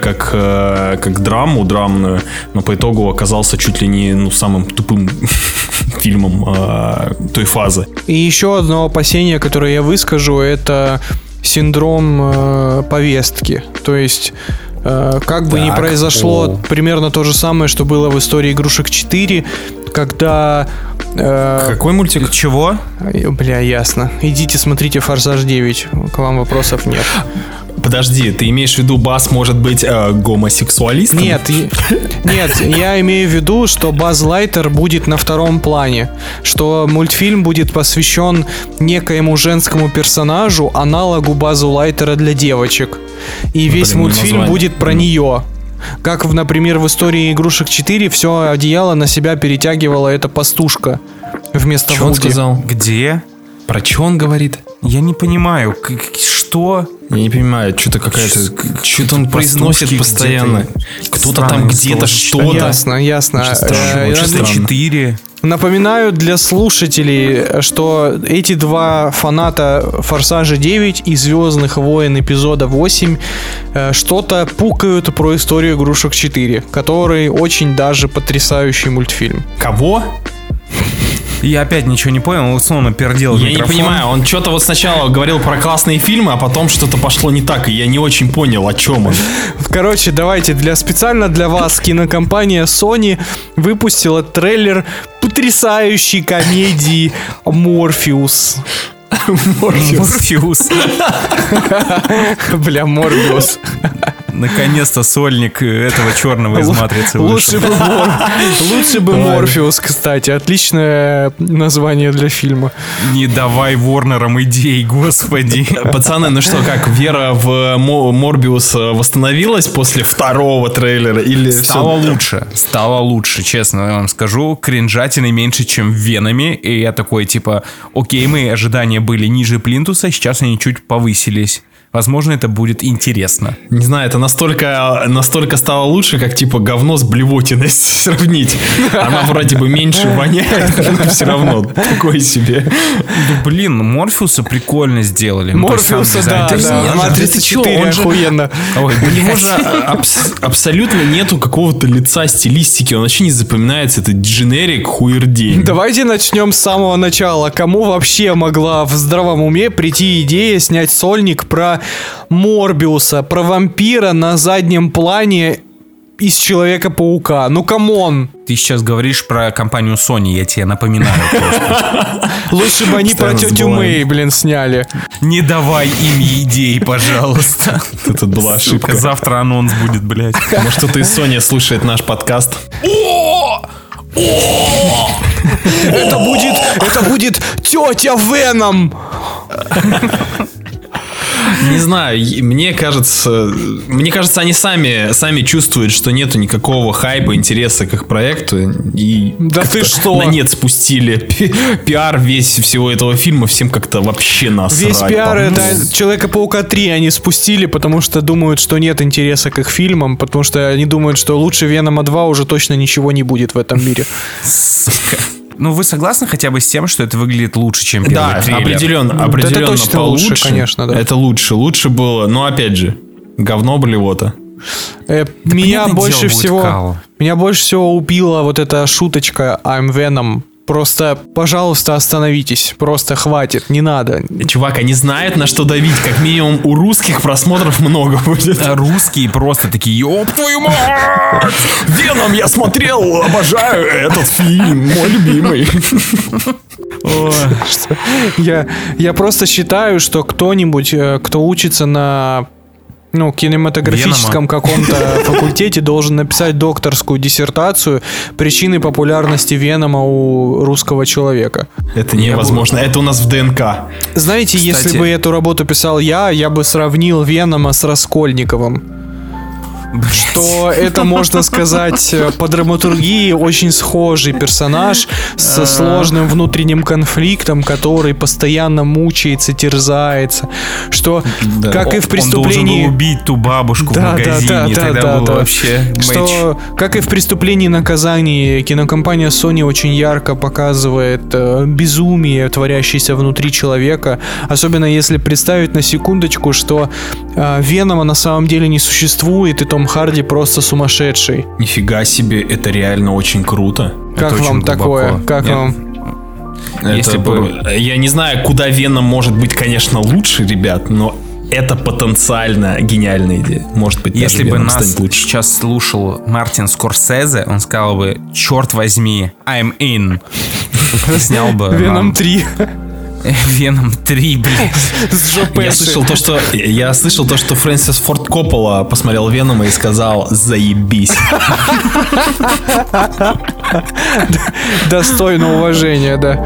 как драмную, но по итогу оказался чуть ли не самым тупым фильмом той фазы. И еще одно опасение, которое я выскажу, это синдром повестки. То есть Как бы ни произошло примерно то же самое, что было в истории игрушек 4, когда... Какой мультик? Чего? Бля, ясно. Идите смотрите «Форсаж 9», к вам вопросов нет. Подожди, ты имеешь в виду, Базз может быть гомосексуалистом? Нет, я имею в виду, что Базз Лайтер будет на втором плане, что мультфильм будет посвящен некоему женскому персонажу, аналогу Баззу Лайтера для девочек. И весь мультфильм будет про нее. Как, например, в истории игрушек 4 все одеяло на себя перетягивала эта пастушка вместо Вуди. Что он сказал? Где? Про что он говорит? Я не понимаю, что? Я не понимаю, что-то какая-то... Что-то он произносит постоянно. Кто-то там где-то что-то. Ясно. Очень странно. 4. Напоминаю для слушателей, что эти два фаната «Форсажа 9» и «Звездных войн» эпизода 8 что-то пукают про историю игрушек 4, который очень даже потрясающий мультфильм. Кого? Я опять ничего не понял, он снова напердел в микрофон. Я не понимаю, он что-то вот сначала говорил про классные фильмы, а потом что-то пошло не так, и я не очень понял, о чем он. Короче, давайте, специально для вас кинокомпания Sony выпустила трейлер потрясающей комедии «Морфеус». Морфеус. Бля, Морбиус. Наконец-то сольник этого черного из «Матрицы» вышел. Лучше бы Морфеус, кстати. Отличное название для фильма. Не давай Ворнерам идей, господи. Пацаны, ну что, как, вера в Морбиус восстановилась после второго трейлера? Или Стало лучше, честно я вам скажу. Кринжатины меньше, чем в Веноме. И я такой, типа, окей, мои ожидания были ниже плинтуса, сейчас они чуть повысились. Возможно, это будет интересно. Не знаю, это настолько стало лучше, как типа говно с блевотиной сравнить. Она вроде бы меньше воняет, но все равно такой себе. Да блин, Морфеуса прикольно сделали. Морфеуса, да. «Матрица 4» охуенно. У него же абсолютно нету какого-то лица, стилистики. Он вообще не запоминается. Это дженерик хуердень. Давайте начнем с самого начала. Кому вообще могла в здравом уме прийти идея снять сольник про Морбиуса, про вампира на заднем плане из Человека-паука? Ну, камон! Ты сейчас говоришь про компанию Sony, я тебе напоминаю просто. Лучше бы они про тетю Мэй, блин, сняли. Не давай им идей, пожалуйста. Это была ошибка. Завтра анонс будет, блядь. Может, кто-то из Sony слушает наш подкаст. Это будет тетя Веном! Не знаю, мне кажется, они сами чувствуют, что нету никакого хайпа, интереса к их проекту. И да ты что? На нет спустили пиар весь всего этого фильма, всем как-то вообще насрать. Весь пиар это Человека-паука 3 они спустили, потому что думают, что нет интереса к их фильмам, потому что они думают, что лучше Венома 2 уже точно ничего не будет в этом мире. Сука. Ну, вы согласны хотя бы с тем, что это выглядит лучше, чем первый трейлер? Определенно это точно получше, лучше, конечно, да. Это лучше было, но опять же, говно блевота. Меня больше всего убила вот эта шуточка «I'm Venom». Просто, пожалуйста, остановитесь. Просто хватит, не надо. Чувак, они знают, на что давить. Как минимум, у русских просмотров много будет. Русские просто такие: ёб твою мать! Веном я смотрел, обожаю этот фильм, мой любимый. Я просто считаю, что кто-нибудь, кто учится на кинематографическом каком-то факультете, должен написать докторскую диссертацию «Причины популярности Венома у русского человека». Это невозможно. Это у нас в ДНК. Знаете, кстати, если бы эту работу писал я бы сравнил Венома с Раскольниковым. Что это, можно сказать, по драматургии очень схожий персонаж со сложным внутренним конфликтом, который постоянно мучается, терзается. Что, как и в «Преступлении...» Он должен был убить ту бабушку в магазине, тогда был вообще матч. Что, как и в «Преступлении и наказании», кинокомпания Sony очень ярко показывает безумие, творящееся внутри человека. Особенно если представить на секундочку, что Венома на самом деле не существует, и Том Харди просто сумасшедший. Нифига себе, это реально очень круто. Как это вам такое? Как вам? Я не знаю, куда Веном может быть, конечно, лучше, ребят, но это потенциально гениальная идея. Может быть, если бы нас станет лучше. сейчас слушал Мартин Скорсезе, он сказал бы: черт возьми, I'm in. Снял бы Веном 3. Веном 3, блин. С Джо Я Песси. слышал то, что Фрэнсис Форд Коппола посмотрел Венома и сказал: заебись. Достойно уважения, да.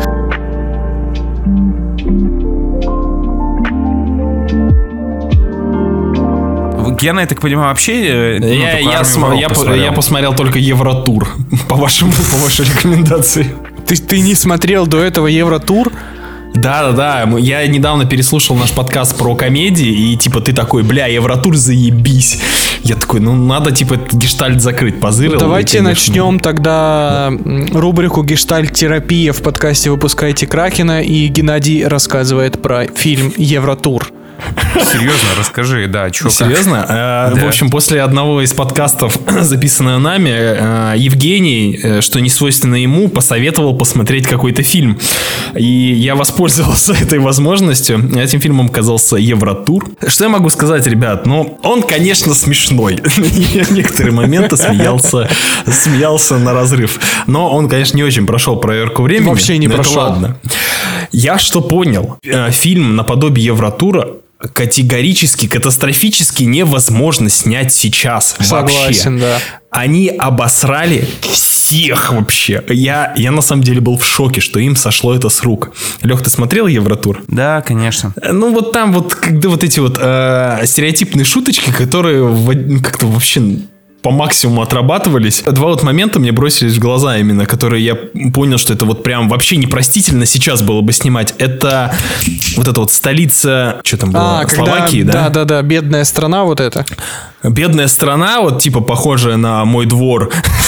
Гена, я так понимаю, вообще... Я посмотрел только Евротур. По вашей рекомендации. Ты не смотрел до этого Евротур? Да. Я недавно переслушал наш подкаст про комедии, и типа ты такой: бля, Евротур, заебись. Я такой: ну надо типа этот гештальт закрыть. Позырил. Давайте начнем тогда рубрику «Гештальт-терапия» в подкасте «Выпускайте Кракена», и Геннадий рассказывает про фильм «Евротур». Серьезно, расскажи, да, чё, серьезно? Да. В общем, после одного из подкастов, записанного нами, Евгений, что не свойственно ему, посоветовал посмотреть какой-то фильм. И я воспользовался этой возможностью. Этим фильмом оказался Евротур. Что я могу сказать, ребят? Ну, он, конечно, смешной. Я в некоторые моменты смеялся на разрыв. Но он, конечно, не очень прошел проверку времени. Вообще не прошел. Ладно. Я что понял? Фильм наподобие Евротура категорически, катастрофически невозможно снять сейчас. Согласен, вообще. Да. Они обосрали всех вообще. Я на самом деле был в шоке, что им сошло это с рук. Лех, ты смотрел Евротур? Да, конечно. Ну вот там вот, когда вот эти вот стереотипные шуточки, которые как-то вообще по максимуму отрабатывались. Два вот момента мне бросились в глаза именно, которые я понял, что это вот прям вообще непростительно сейчас было бы снимать. Это вот эта вот столица, что там было, Словакии, да? Да, бедная страна вот эта. Бедная страна, вот типа похожая на мой двор.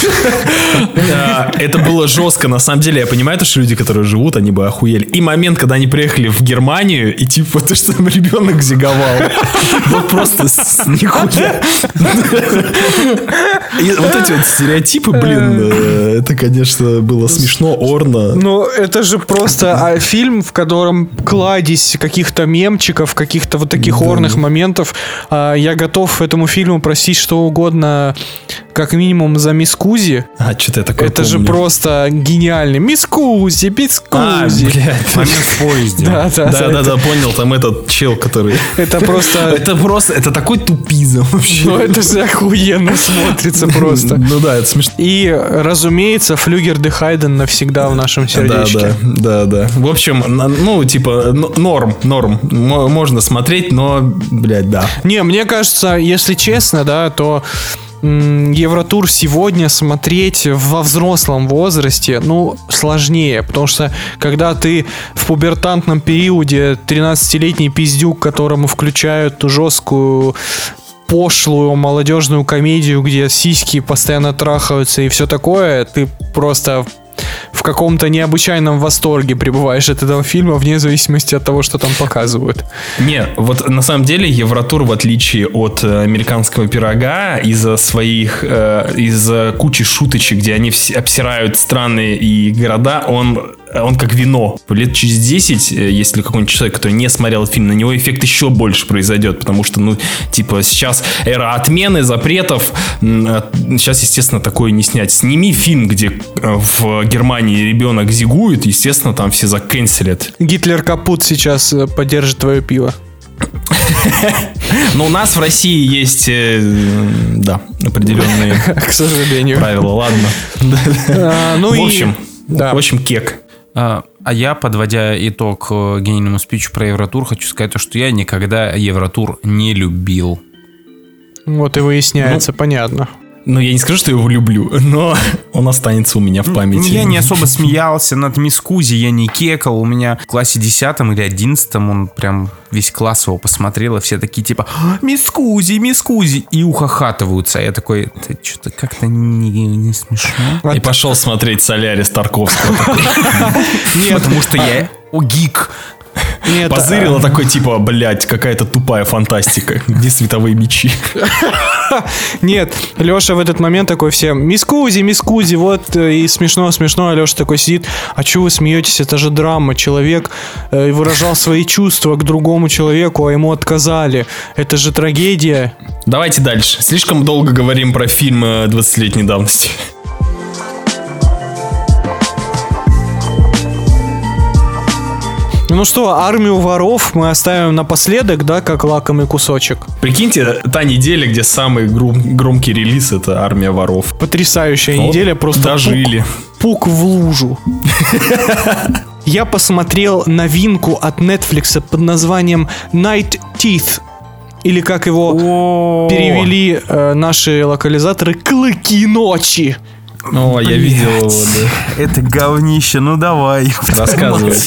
Это было жестко. На самом деле, я понимаю, что люди, которые живут, они бы охуели. И момент, когда они приехали в Германию, и типа то, что там ребенок зиговал. Вот просто нихуя. И вот эти вот стереотипы, блин, это, конечно, было смешно, орно. Ну, это же просто фильм, в котором кладезь каких-то мемчиков, каких-то вот таких орных моментов. Я готов этому фильму простить что угодно, как минимум за Мискузи. Что-то я такое Это же просто гениальный. Мискузи. Блядь. Момент в поезде. Да, понял, там этот чел, который... Это просто... Это такой тупизм вообще. Ну, это же охуенно смотрится просто. Ну да, это смешно. И, разумеется, Флюгер де Хайден навсегда в нашем сердечке. Да. В общем, ну, типа, норм. Можно смотреть, но, блядь, да. Не, мне кажется, если честно, да, то Евротур сегодня смотреть во взрослом возрасте, ну, сложнее, потому что когда ты в пубертантном периоде 13-летний пиздюк, которому включают ту жесткую пошлую молодежную комедию, где сиськи постоянно трахаются и все такое, ты просто в каком-то необычайном восторге пребываешь от этого фильма, вне зависимости от того, что там показывают. Не, вот на самом деле Евротур, в отличие от американского пирога, из-за кучи шуточек, где они обсирают страны и города, он как вино. Лет через 10, если какой-нибудь человек, который не смотрел фильм, на него эффект еще больше произойдет, потому что, ну, типа, сейчас эра отмены, запретов, сейчас, естественно, такое не снять. Сними фильм, где в Германии ребенок зигует, естественно, там все закэнселят. Гитлер капут сейчас поддержит твое пиво. Но у нас в России есть, да, определенные, к сожалению, правила, ладно. В общем, кек. А я, подводя итог генийному спичу про Евротур, хочу сказать, что я никогда Евротур не любил. Вот и выясняется, понятно. Ну, я не скажу, что я его люблю, но он останется у меня в памяти. Я не особо смеялся над Мискузи, я не кекал. У меня в классе 10 или 11 он прям весь класс его посмотрел, и все такие типа Мискузи, и ухахатываются. А я такой, это что-то как-то не смешно. И пошел смотреть «Солярис» Тарковского. Нет, потому что я гик. Нет, позырил, такой, типа, блядь, какая-то тупая фантастика. Где световые мечи? Нет, Леша в этот момент такой всем: мискузи, вот, и смешно, а Леша такой сидит: а чё вы смеетесь, это же драма, человек выражал свои чувства к другому человеку, а ему отказали, это же трагедия. Давайте дальше. Слишком долго говорим про фильм 20-летней давности. Ну что, армию воров мы оставим напоследок, да, как лакомый кусочек. Прикиньте, та неделя, где самый громкий релиз — это «Армия воров». Потрясающая Вот неделя, просто дожили. пук в лужу. Я посмотрел новинку от Netflix под названием Night Teeth. Или как его перевели наши локализаторы, «Клыки ночи». О, я видел его, да. Это говнище, ну давай. Рассказывай.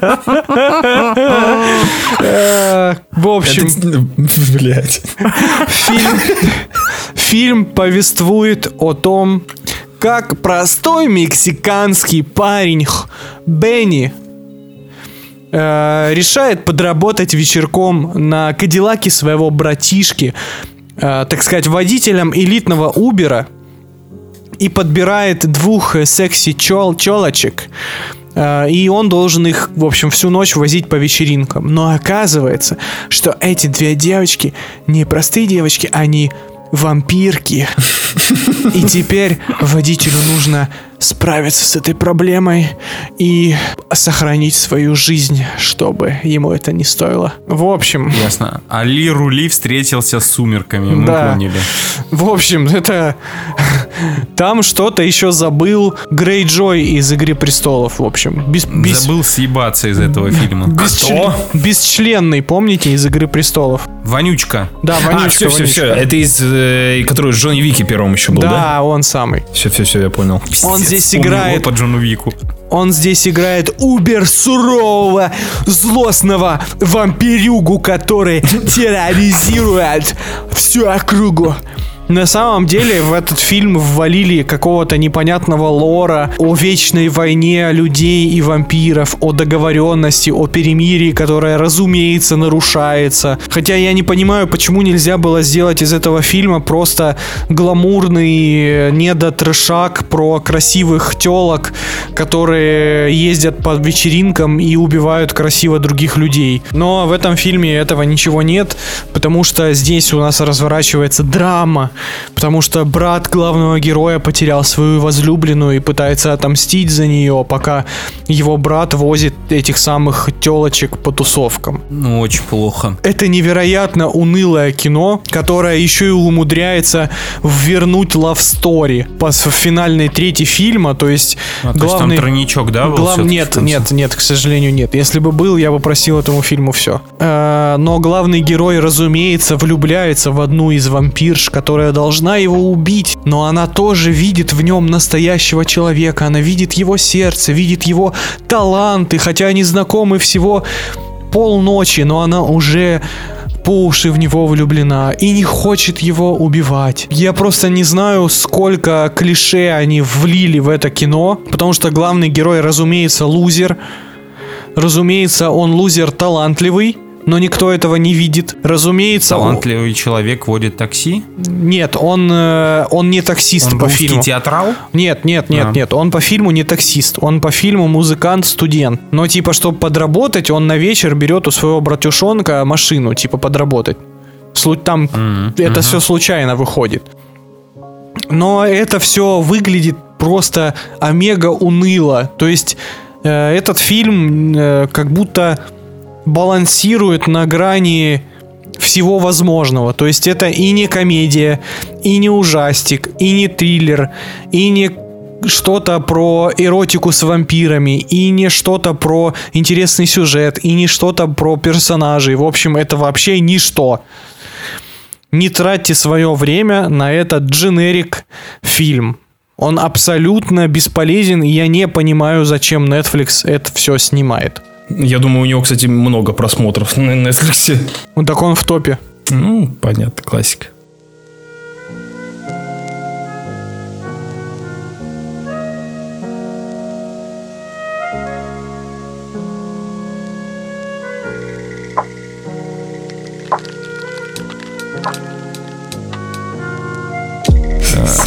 В общем, блядь. фильм повествует о том, как простой мексиканский парень Бенни решает подработать вечерком на кадиллаке своего братишки, так сказать, водителем элитного Убера, и подбирает двух секси-челочек, и он должен их, в общем, всю ночь возить по вечеринкам. Но оказывается, что эти две девочки не простые девочки, они вампирки. И теперь водителю нужно справиться с этой проблемой и сохранить свою жизнь, чтобы ему это не стоило. В общем... Ясно. Али Рули встретился с сумерками, мы поняли. В общем, это... Там что-то еще забыл Грейджой из «Игры престолов», в общем. Забыл съебаться из этого фильма. Бесчленный, помните, из «Игры престолов»? Вонючка. Да, вонючка. Все. Это из... который с Джонни Вики первым еще был, да? Да, он самый. Все, я понял. Он здесь играет... по Джону Вику. Он здесь играет убер-сурового, злостного вампирюгу, который терроризирует всю округу. На самом деле в этот фильм ввалили какого-то непонятного лора о вечной войне людей и вампиров, о договоренности, о перемирии, которое, разумеется, нарушается. Хотя я не понимаю, почему нельзя было сделать из этого фильма просто гламурный недотрешак про красивых телок, которые ездят по вечеринкам и убивают красиво других людей. Но в этом фильме этого ничего нет, потому что здесь у нас разворачивается драма. Потому что брат главного героя потерял свою возлюбленную и пытается отомстить за нее, пока его брат возит этих самых телочек по тусовкам. Ну, очень плохо. Это невероятно унылое кино, которое еще и умудряется ввернуть love story в финальной трети фильма. То есть главный... То есть там тройничок, да, был? Нет, к сожалению, нет. Если бы был, я бы просил этому фильму все. Но главный герой, разумеется, влюбляется в одну из вампирш, которая должна его убить, но она тоже видит в нем настоящего человека, она видит его сердце, видит его таланты, хотя они знакомы всего полночи, но она уже по уши в него влюблена и не хочет его убивать. Я просто не знаю, сколько клише они влили в это кино, потому что главный герой, разумеется, лузер. Разумеется, он лузер талантливый, но никто этого не видит. Разумеется... Талантливый человек водит такси? Нет, он не таксист он по фильму. Он русский театрал? Нет. Он по фильму не таксист. Он по фильму музыкант-студент. Но типа, чтобы подработать, он на вечер берет у своего братюшонка машину, типа, подработать. Там это все случайно выходит. Но это все выглядит просто омега уныло. То есть этот фильм как будто... балансирует на грани всего возможного. То есть это и не комедия, и не ужастик, и не триллер, и не что-то про эротику с вампирами, и не что-то про интересный сюжет, и не что-то про персонажей. В общем, это вообще ничто. Не тратьте свое время на этот дженерик фильм. Он абсолютно бесполезен, и я не понимаю, зачем Netflix это все снимает. Я думаю, у него, кстати, много просмотров на Netflix. Так он в топе. Ну, понятно, классика.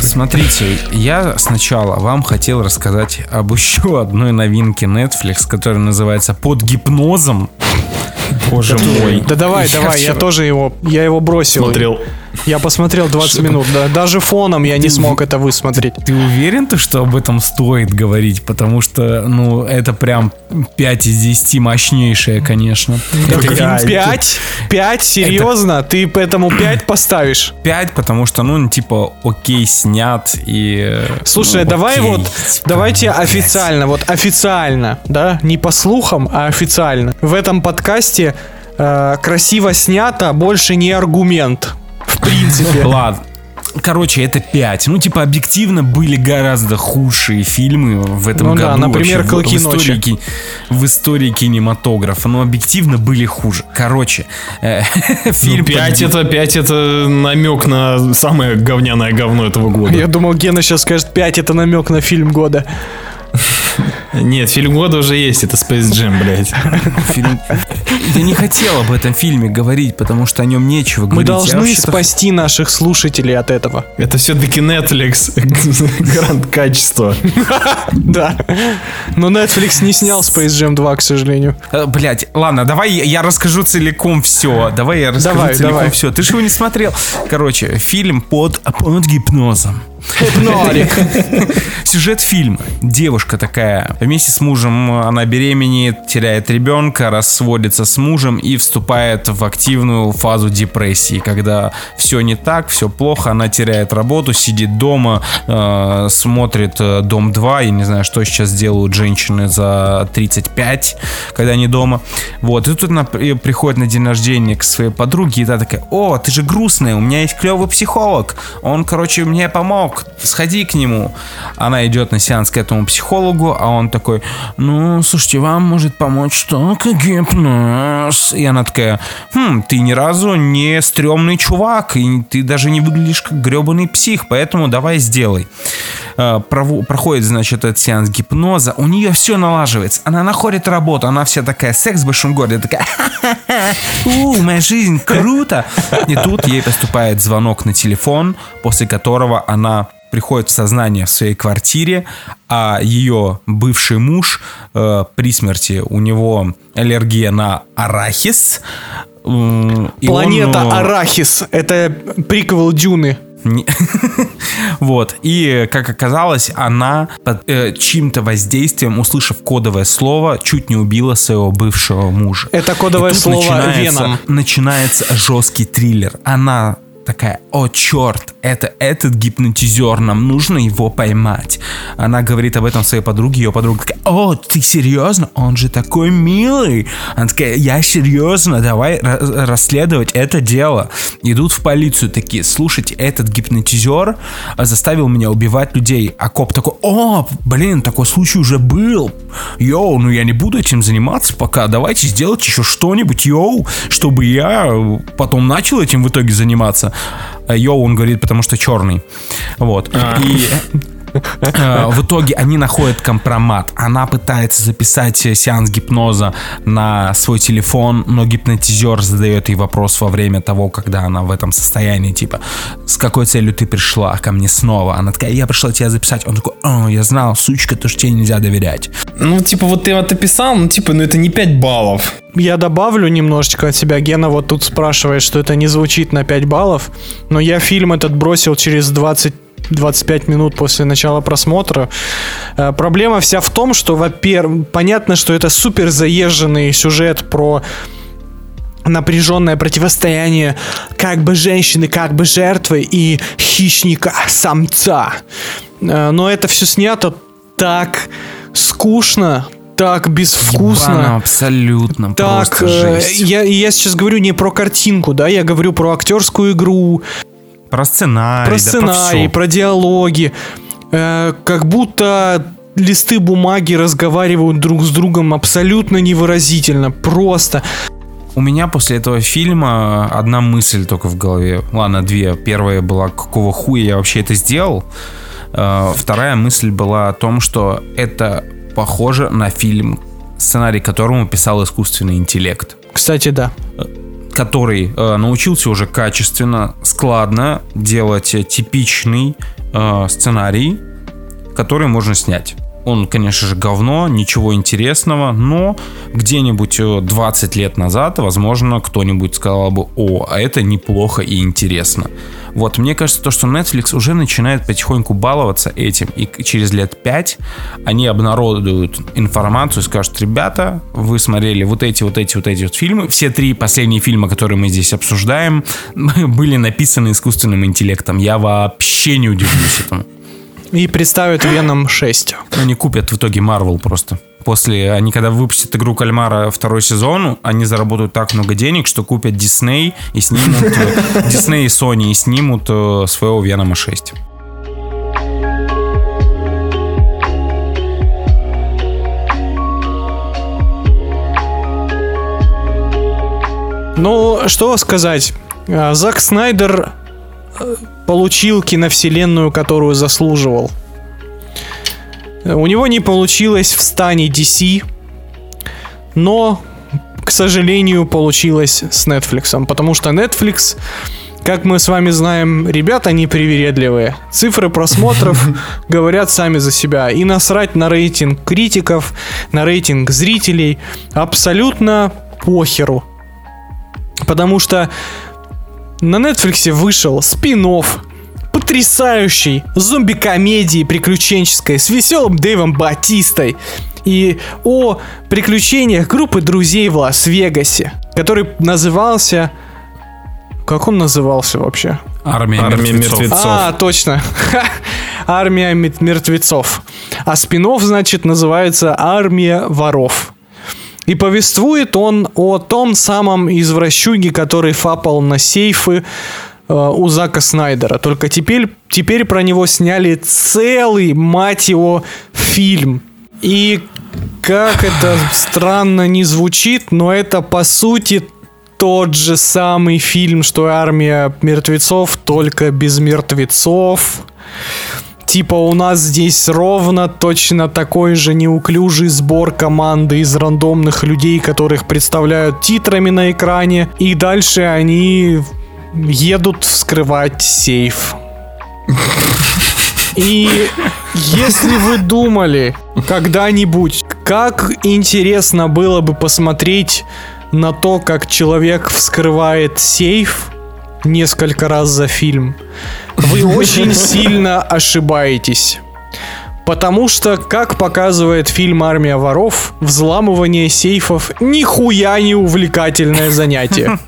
Смотрите, я сначала вам хотел рассказать об еще одной новинке Netflix, которая называется «Под гипнозом». Боже мой. Да давай, я тоже его бросил. Смотрел. Я посмотрел 20 минут, да, даже фоном я не смог это высмотреть. Ты уверен, что об этом стоит говорить? Потому что, это прям 5 из 10 мощнейшее, конечно. Это фильм 5? 5? Серьезно? Ты этому 5 поставишь? 5, потому что, окей, снят и... Слушай, давайте официально, да? Не по слухам, а официально. В этом подкасте красиво снято больше не аргумент. В принципе. Ладно. Короче, это 5. Объективно были гораздо худшие фильмы в этом году. Да, например, «Клыки ночи». В истории кинематографа. Но объективно были хуже. Короче, фильм... 5 это намек на самое говняное говно этого года. Я думал, Гена сейчас скажет, 5 это намек на фильм года. Нет, фильм года уже есть, это Space Jam, блядь. Я не хотел об этом фильме говорить, потому что о нем нечего говорить. Мы должны спасти наших слушателей от этого. Это все-таки Netflix. Гарант качества. Да. Но Netflix не снял Space Jam 2, к сожалению. Блядь, ладно, давай я расскажу целиком все. Давай. Все. Ты же его не смотрел. Короче, фильм под гипнозом. Сюжет фильма. Девушка такая, вместе с мужем, она беременеет, теряет ребенка, разводится с мужем и вступает в активную фазу депрессии. Когда все не так, все плохо, она теряет работу, сидит дома, смотрит «Дом 2». Я не знаю, что сейчас делают женщины за 35, когда они дома. Вот, и тут она приходит на день рождения к своей подруге, и та такая: «О, ты же грустная, у меня есть клевый психолог. Он, мне помог. Сходи к нему». Она идет на сеанс к этому психологу, а он такой: слушайте, вам может помочь только гипноз. И она такая: ты ни разу не стрёмный чувак, и ты даже не выглядишь как гребаный псих, поэтому давай сделай. Проходит, этот сеанс гипноза, у нее все налаживается, она находит работу, она вся такая секс в большом городе, такая: моя жизнь, круто. И тут ей поступает звонок на телефон, после которого она приходит в сознание в своей квартире, а ее бывший муж при смерти, у него аллергия на арахис. Планета Арахис. Это приквел Дюны. Вот. И, как оказалось, она под чьим-то воздействием, услышав кодовое слово, чуть не убила своего бывшего мужа. Это кодовое слово «Веном». Начинается жесткий триллер. Она такая: «О, черт, это этот гипнотизер, нам нужно его поймать». Она говорит об этом своей подруге, ее подруга такая: «О, ты серьезно? Он же такой милый». Она такая: «Я серьезно, давай расследовать это дело». Идут в полицию такие: «Слушайте, этот гипнотизер заставил меня убивать людей». А коп такой: «О, блин, такой случай уже был. Йоу, я не буду этим заниматься пока, давайте сделайте еще что-нибудь, чтобы я потом начал этим в итоге заниматься». Он говорит, потому что черный. Вот. И в итоге они находят компромат. Она пытается записать сеанс гипноза на свой телефон, но гипнотизер задает ей вопрос во время того, когда она в этом состоянии, типа: «С какой целью ты пришла ко мне снова?» Она такая: «Я пришла тебя записать». Он такой: «О, я знал, сучка, то что тебе нельзя доверять». Ты это писал, это не 5 баллов. Я добавлю немножечко от себя. Гена вот тут спрашивает, что это не звучит на 5 баллов, но я фильм этот бросил через 25 минут после начала просмотра. Проблема вся в том, что, во-первых, понятно, что это супер заезженный сюжет про напряженное противостояние как бы женщины, как бы жертвы и хищника-самца. Но это все снято так скучно, так безвкусно. Ебано, абсолютно. Так, просто жесть. Я сейчас говорю не про картинку, да, я говорю про актерскую игру. Про сценарий, про диалоги. Как будто листы бумаги разговаривают друг с другом абсолютно невыразительно. Просто. У меня после этого фильма одна мысль только в голове. Ладно, две. Первая была: какого хуя я вообще это сделал? Вторая мысль была о том, что это похоже на фильм, сценарий которому писал искусственный интеллект. Кстати, да. который научился уже качественно, складно делать типичный сценарий, который можно снять. Он, конечно же, говно, ничего интересного, но где-нибудь 20 лет назад, возможно, кто-нибудь сказал бы: о, а это неплохо и интересно. Вот, мне кажется, то, что Netflix уже начинает потихоньку баловаться этим, и через лет 5 они обнародуют информацию и скажут: ребята, вы смотрели вот эти фильмы, все 3 последние фильма, которые мы здесь обсуждаем, были написаны искусственным интеллектом. Я вообще не удивлюсь этому. И представят Venom 6. Они купят в итоге Marvel просто. Они когда выпустят игру Кальмара 2 сезон, они заработают так много денег, что купят Disney и снимут Disney и Sony и снимут своего Venom 6. Ну, что сказать. Зак Снайдер получил киновселенную, которую заслуживал. У него не получилось в стане DC, но, к сожалению, получилось с Netflix, потому что Netflix, как мы с вами знаем, ребята непривередливые. Цифры просмотров говорят сами за себя. И насрать на рейтинг критиков, на рейтинг зрителей абсолютно похеру. Потому что на Netflix вышел спин-офф потрясающей зомби-комедии приключенческой с веселым Дэйвом Батистой и о приключениях группы друзей в Лас-Вегасе, который назывался... Как он назывался вообще? Армия мертвецов. А, точно. Армия мертвецов. А спин-офф, значит, называется Армия воров. И повествует он о том самом извращуге, который фапал на сейфы у Зака Снайдера. Только теперь про него сняли целый, мать его, фильм. И как это странно не звучит, но это по сути тот же самый фильм, что и «Армия мертвецов», только без мертвецов. Типа у нас здесь ровно точно такой же неуклюжий сбор команды из рандомных людей, которых представляют титрами на экране. И дальше они едут вскрывать сейф. И если вы думали когда-нибудь, как интересно было бы посмотреть на то, как человек вскрывает сейф несколько раз за фильм, вы очень сильно ошибаетесь. Потому что, как показывает фильм «Армия воров», взламывание сейфов нихуя не увлекательное занятие.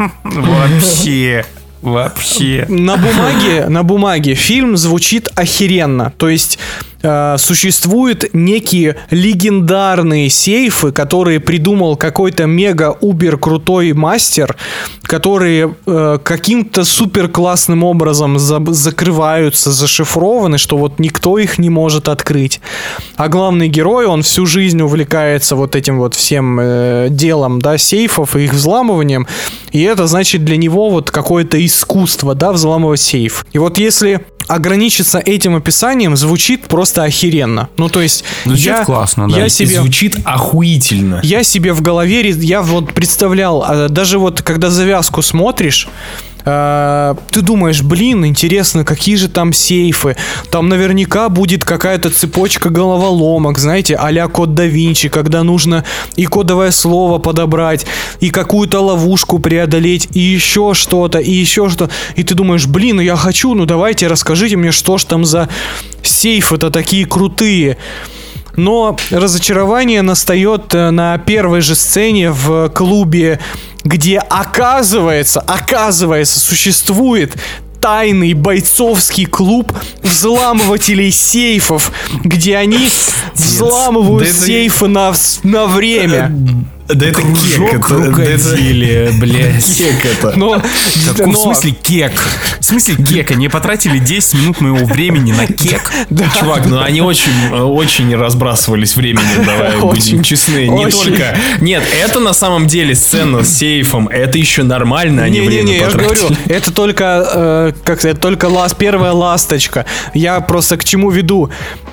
Вообще. На бумаге фильм звучит охеренно. То есть существуют некие легендарные сейфы, которые придумал какой-то мега-убер крутой мастер, которые каким-то супер классным образом закрываются, зашифрованы, что вот никто их не может открыть. А главный герой, он всю жизнь увлекается вот этим вот всем делом, да, сейфов и их взламыванием. И это значит для него вот какое-то искусство, да, взламывать сейф. И вот если ограничиться этим описанием, звучит просто охеренно. Ну, то есть... Звучит классно, да. Звучит охуительно. Я себе в голове... Я вот представлял... Даже вот когда завязку смотришь... Ты думаешь, блин, интересно, какие же там сейфы. Там наверняка будет какая-то цепочка головоломок, знаете, а-ля Код да Винчи, когда нужно и кодовое слово подобрать, и какую-то ловушку преодолеть, и еще что-то, и еще что-то. И ты думаешь, блин, ну я хочу, ну давайте расскажите мне, что ж там за сейфы-то такие крутые. Но разочарование настает на первой же сцене в клубе, где оказывается, существует тайный бойцовский клуб взламывателей сейфов, где они взламывают сейфы на время. Да это кек, крокодилия, блядь. Кек это. В смысле кек? В смысле кек? Они потратили 10 минут моего времени на кек? Да. Чувак, ну они очень разбрасывались временем, давай будем честны. Не только... Нет, это на самом деле сцена с сейфом, это еще нормально, они время потратили. Я же говорю, это только, первая ласточка. Я просто к чему веду?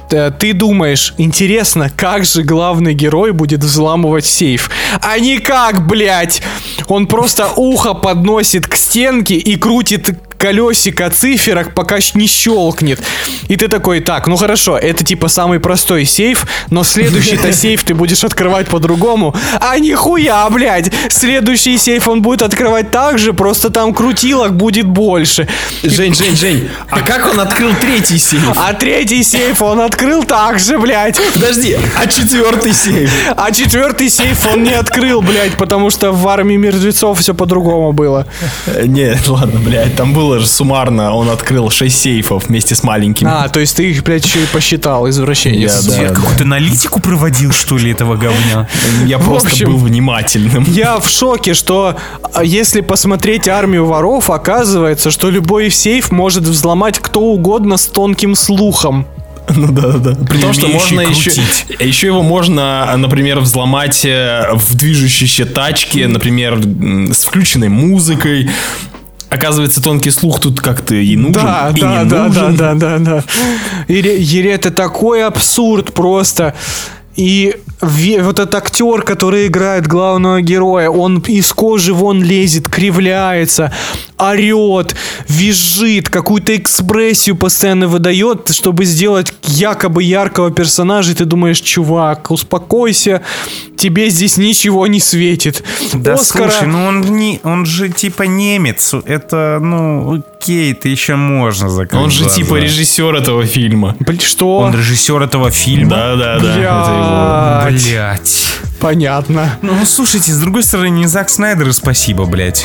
ты думаешь, интересно, как же главный герой будет взламывать сейф? А никак, блядь! Он просто ухо подносит к стенке и крутит колесико циферок, пока не щелкнет. И ты такой, так, ну хорошо, это типа самый простой сейф, но следующий-то сейф ты будешь открывать по-другому. А нихуя, блядь! Следующий сейф он будет открывать так же, просто там крутилок будет больше. Жень, а как он открыл третий сейф? А третий сейф он открыл так же, блядь. Подожди, а четвертый сейф? А четвертый сейф он не открыл, блядь, потому что в армии мертвецов все по-другому было. Нет, ладно, блядь, там было же суммарно, он открыл 6 сейфов вместе с маленькими. А, то есть ты их, блядь, еще и посчитал, извращенец. Я какую-то аналитику проводил, что ли, этого говня? Я просто был внимательным. Я в шоке, что если посмотреть «Армию воров», оказывается, что любой сейф может взломать кто угодно с тонким слухом. Ну да. При том, что можно еще его можно, например, взломать в движущейся тачке, например, с включенной музыкой. Оказывается, тонкий слух тут как-то и нужен, и не нужен. Да. И это такой абсурд просто. И вот этот актер, который играет главного героя, он из кожи вон лезет, кривляется, орет, визжит, какую-то экспрессию постоянно выдает, чтобы сделать якобы яркого персонажа. И ты думаешь, чувак, успокойся, тебе здесь ничего не светит. Да Оскара... слушай, ну он же типа немец. Это, ну, окей, ты еще можно закрыть. Он же типа режиссер этого фильма. Что? Он режиссер этого фильма? Да. Это его. Блять. Понятно. Ну, слушайте, с другой стороны, не Зак Снайдер, и спасибо, блять.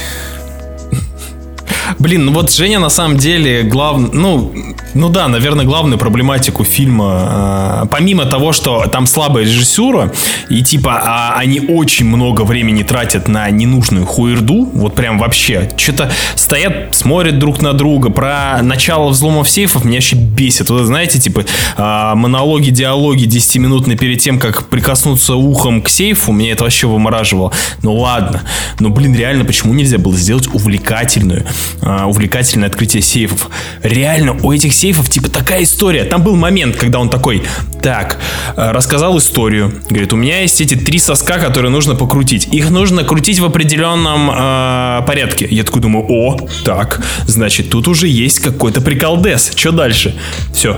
Блин, ну вот Женя на самом деле ну да, наверное, главную проблематику фильма, помимо того, что там слабая режиссура, и типа они очень много времени тратят на ненужную хуерду, вот прям вообще, что-то стоят, смотрят друг на друга, про начало взломов сейфов меня вообще бесит, вот знаете, типа монологи, диалоги 10-минутные перед тем, как прикоснуться ухом к сейфу, меня это вообще вымораживало. Ну ладно, но блин, реально, почему нельзя было сделать увлекательное открытие сейфов? Реально, у этих сейфов типа такая история. Там был момент, когда он такой, так, рассказал историю. Говорит, у меня есть эти 3 соска, которые нужно покрутить. Их нужно крутить в определенном порядке. Я такой думаю, о, так, значит, тут уже есть какой-то приколдес. Что дальше? Все.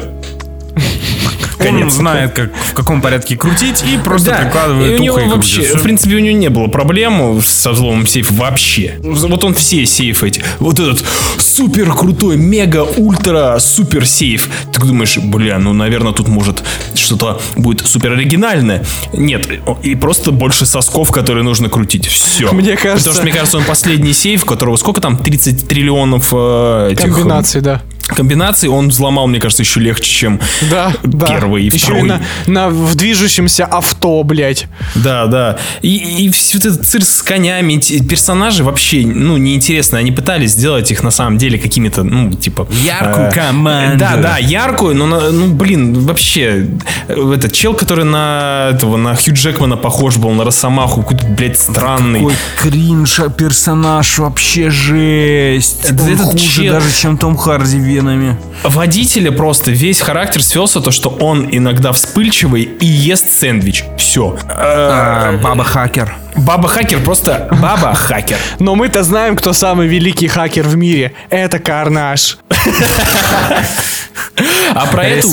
Он знает, как, в каком порядке крутить, и просто прикладывает ухо. И у него вообще, в принципе, у него не было проблем со взломом сейфа вообще. Вот он все сейфы эти. Вот этот супер крутой, мега, ультра, супер сейф. Ты думаешь, бля, ну, наверное, тут может что-то будет супер оригинальное. Нет, и просто больше сосков, которые нужно крутить. Все. Мне кажется... Потому что, мне кажется, он последний сейф, у которого сколько там? 30 триллионов этих... Комбинаций, да. Комбинации он взломал, мне кажется, еще легче, чем первый и второй. Еще и в движущемся авто, блядь. Да. И все этот цирк с конями, персонажи вообще, ну, неинтересно. Они пытались сделать их, на самом деле, какими-то, ну, типа... Яркую команду. Да, яркую, но, ну, блин, вообще... Этот чел, который на Хью Джекмана похож был, на Росомаху, какой-то, блядь, странный. Какой кринж, персонаж, вообще жесть. Он хуже даже, чем Том Харди венами. Водителя просто весь характер свелся то, что он иногда вспыльчивый и ест сэндвич. Все. Баба-хакер. Баба-хакер, просто баба-хакер. Но мы-то знаем, кто самый великий хакер в мире. Это Карнаж. А про эту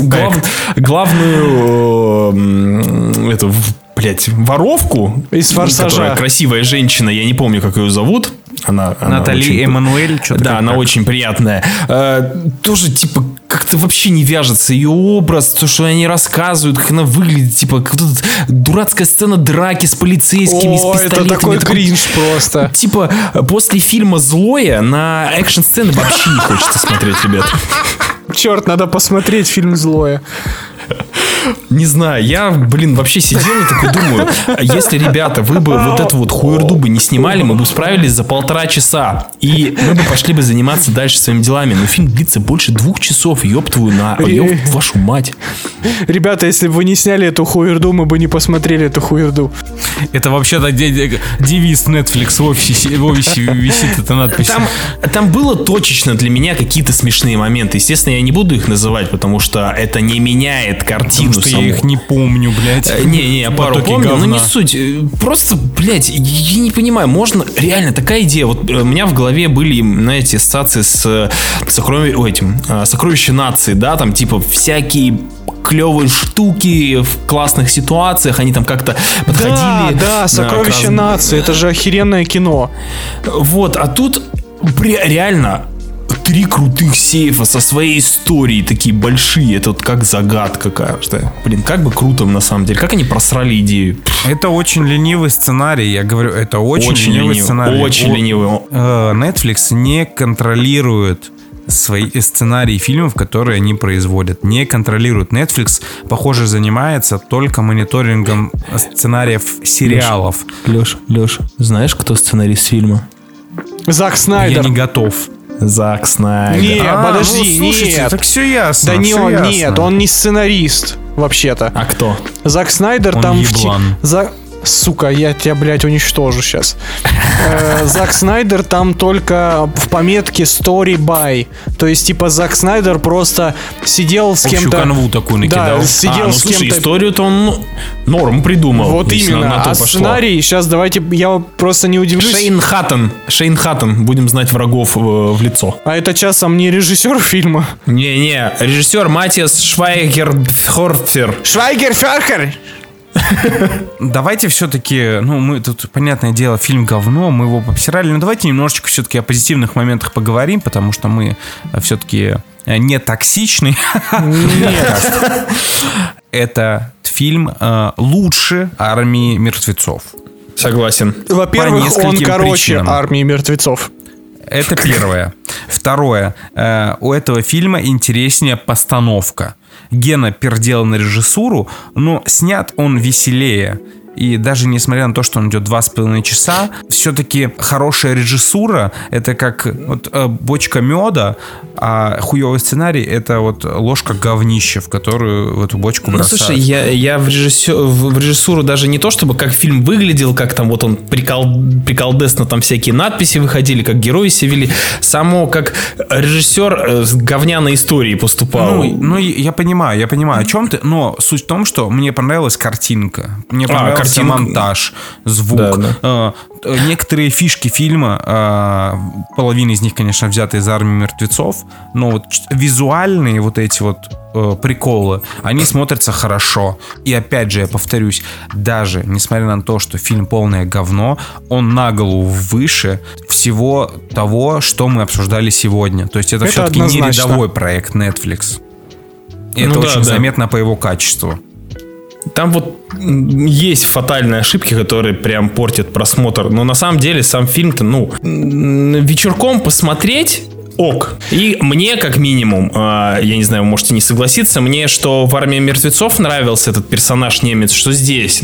главную эту, блять, воровку из «Форсажа», которая красивая женщина, я не помню, как ее зовут. Она Натали очень... Эммануэль, что-то. Да, она очень приятная. Тоже, типа, как-то вообще не вяжется. Ее образ, то, что они рассказывают, как она выглядит, типа, дурацкая сцена драки с полицейскими, с пистолетами. Это такой кринж просто. Типа, после фильма «Злое» на экшн-сцены вообще не хочется смотреть, ребят. Черт, надо посмотреть фильм «Злое». Не знаю, я, вообще сидел и такой думаю, если, ребята, вы бы вот эту вот хуерду бы не снимали, мы бы справились за 1,5 часа. И мы бы пошли бы заниматься дальше своими делами. Но фильм длится больше 2 часов, ёб вашу мать. Ребята, если бы вы не сняли эту хуерду, мы бы не посмотрели эту хуерду. Это вообще-то девиз Netflix в офисе висит эта надпись. Там было точечно для меня какие-то смешные моменты. Естественно, я не буду их называть, потому что это не меняет картину. Потому что я их не помню, блядь. Я пару помню, но не суть. Просто, блядь, я не понимаю, можно... Реально, такая идея. Вот у меня в голове были, знаете, ассоциации с «Сокровища нации», да, там типа всякие клевые штуки в классных ситуациях, они там как-то подходили. Да, «Сокровища нации», это же охеренное кино. Вот, а тут реально 3 крутых сейфа со своей историей, такие большие, это вот как загадка каждая. Как бы круто на самом деле, как они просрали идею. Это очень ленивый сценарий, я говорю, это очень ленивый сценарий. Очень ленивый. Netflix не контролирует свои сценарии фильмов, которые они производят. Не контролируют. Netflix, похоже, занимается только мониторингом сценариев сериалов. Леш, знаешь, кто сценарист фильма? Зак Снайдер. Я не готов. Зак Снайдер. Нет, подожди, слушайте, нет. Так все ясно. Да не все он, ясно. нет, он не сценарист, вообще-то. А кто? Зак Снайдер Он там еблан. Сука, я тебя, блядь, уничтожу сейчас. Зак Снайдер там только в пометке story by. То есть, типа, Зак Снайдер просто сидел с кем-то... Общую канву такую накидал. Да, сидел с слушай, кем-то... историю-то он норм придумал. Вот именно. А сценарий, сейчас давайте, я просто не удивлюсь. Шейн Хаттон. Будем знать врагов в лицо. А это часом не режиссер фильма? Не, режиссер Матиас Швайгерферхер. Швайгерферхер! Давайте все-таки, мы тут, понятное дело, фильм говно, мы его обсирали, но давайте немножечко все-таки о позитивных моментах поговорим, потому что мы все-таки не токсичны. Нет. Это фильм лучше «Армии мертвецов». Согласен. Во-первых, он короче причинам. «Армии мертвецов». Это первое. Второе. У этого фильма интереснее постановка. Гена пердел на режиссуру, но снят он веселее. И даже несмотря на то, что он идет 2,5 часа, все-таки хорошая режиссура — это как вот бочка меда, а хуевый сценарий — это вот ложка говнища, в которую в эту бочку бросают. Слушай, я в режиссуру даже не то, чтобы как фильм выглядел, как там вот он приколдесно там всякие надписи выходили, как герои себя вели. Само как режиссер с говняной историей поступал. Я понимаю, о чем ты, но суть в том, что мне понравилась картинка. Мне понравился монтаж, звук. Да. Некоторые фишки фильма, половина из них, конечно, взяты из «Армии мертвецов», но вот визуальные вот эти вот приколы, они смотрятся хорошо. И опять же, я повторюсь, даже несмотря на то, что фильм полное говно, он на голову выше всего того, что мы обсуждали сегодня. То есть это все-таки не рядовой проект Netflix. И это очень заметно по его качеству. Там вот есть фатальные ошибки, которые прям портят просмотр. Но на самом деле сам фильм-то, вечерком посмотреть ок. И мне, как минимум, я не знаю, вы можете не согласиться, мне, что в «Армии мертвецов» нравился этот персонаж немец, что здесь.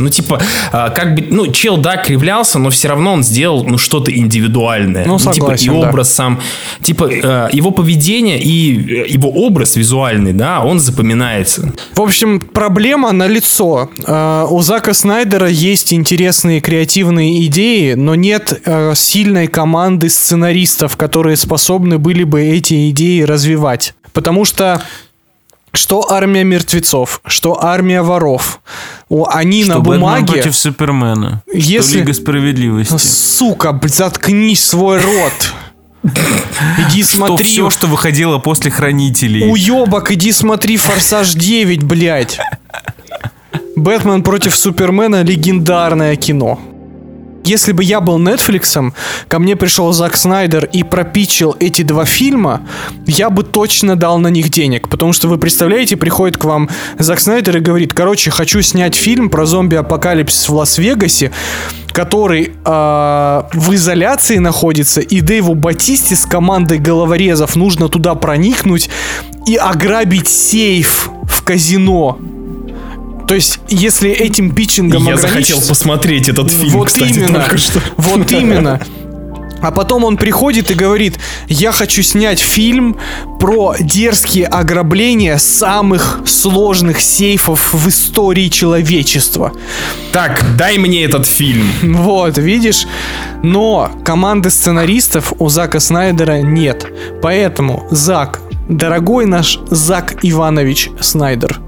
Чел, кривлялся, но все равно он сделал, что-то индивидуальное. Согласен, и образ сам, его поведение и его образ визуальный, да, он запоминается. В общем, проблема налицо. У Зака Снайдера есть интересные креативные идеи, но нет сильной команды сценаристов, которые способны были бы эти идеи развивать. Потому что «Армия мертвецов», что «Армия воров», они что на бумаге... Бэтмен против Супермена, что Лига справедливости. Сука, заткнись свой рот. Иди смотри. Все, что выходило после «Хранителей». Уебок, иди смотри «Форсаж 9», блядь. «Бэтмен против Супермена» — легендарное кино. Если бы я был Netflix'ом, ко мне пришел Зак Снайдер и пропичил эти 2 фильма, я бы точно дал на них денег. Потому что, вы представляете, приходит к вам Зак Снайдер и говорит: хочу снять фильм про зомби-апокалипсис в Лас-Вегасе, который в изоляции находится, и Дэйву Батисте с командой головорезов нужно туда проникнуть и ограбить сейф в казино. То есть, если этим питчингом Я захотел посмотреть этот фильм, вот кстати, именно, только что. вот именно. А потом он приходит и говорит: я хочу снять фильм про дерзкие ограбления самых сложных сейфов в истории человечества. Так, дай мне этот фильм. Вот, видишь? Но команды сценаристов у Зака Снайдера нет. Поэтому, Зак, дорогой наш Зак Иванович Снайдер,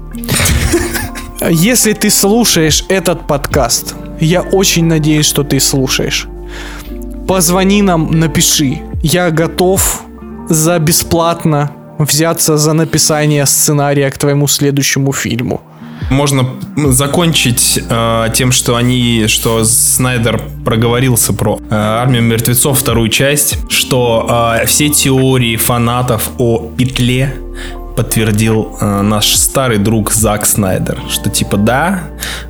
если ты слушаешь этот подкаст, я очень надеюсь, что ты слушаешь, позвони нам, напиши. Я готов за бесплатно взяться за написание сценария к твоему следующему фильму. Можно закончить тем, что Снайдер проговорился про «Армию мертвецов», вторую часть, что все теории фанатов о петле подтвердил наш старый друг Зак Снайдер, что типа да,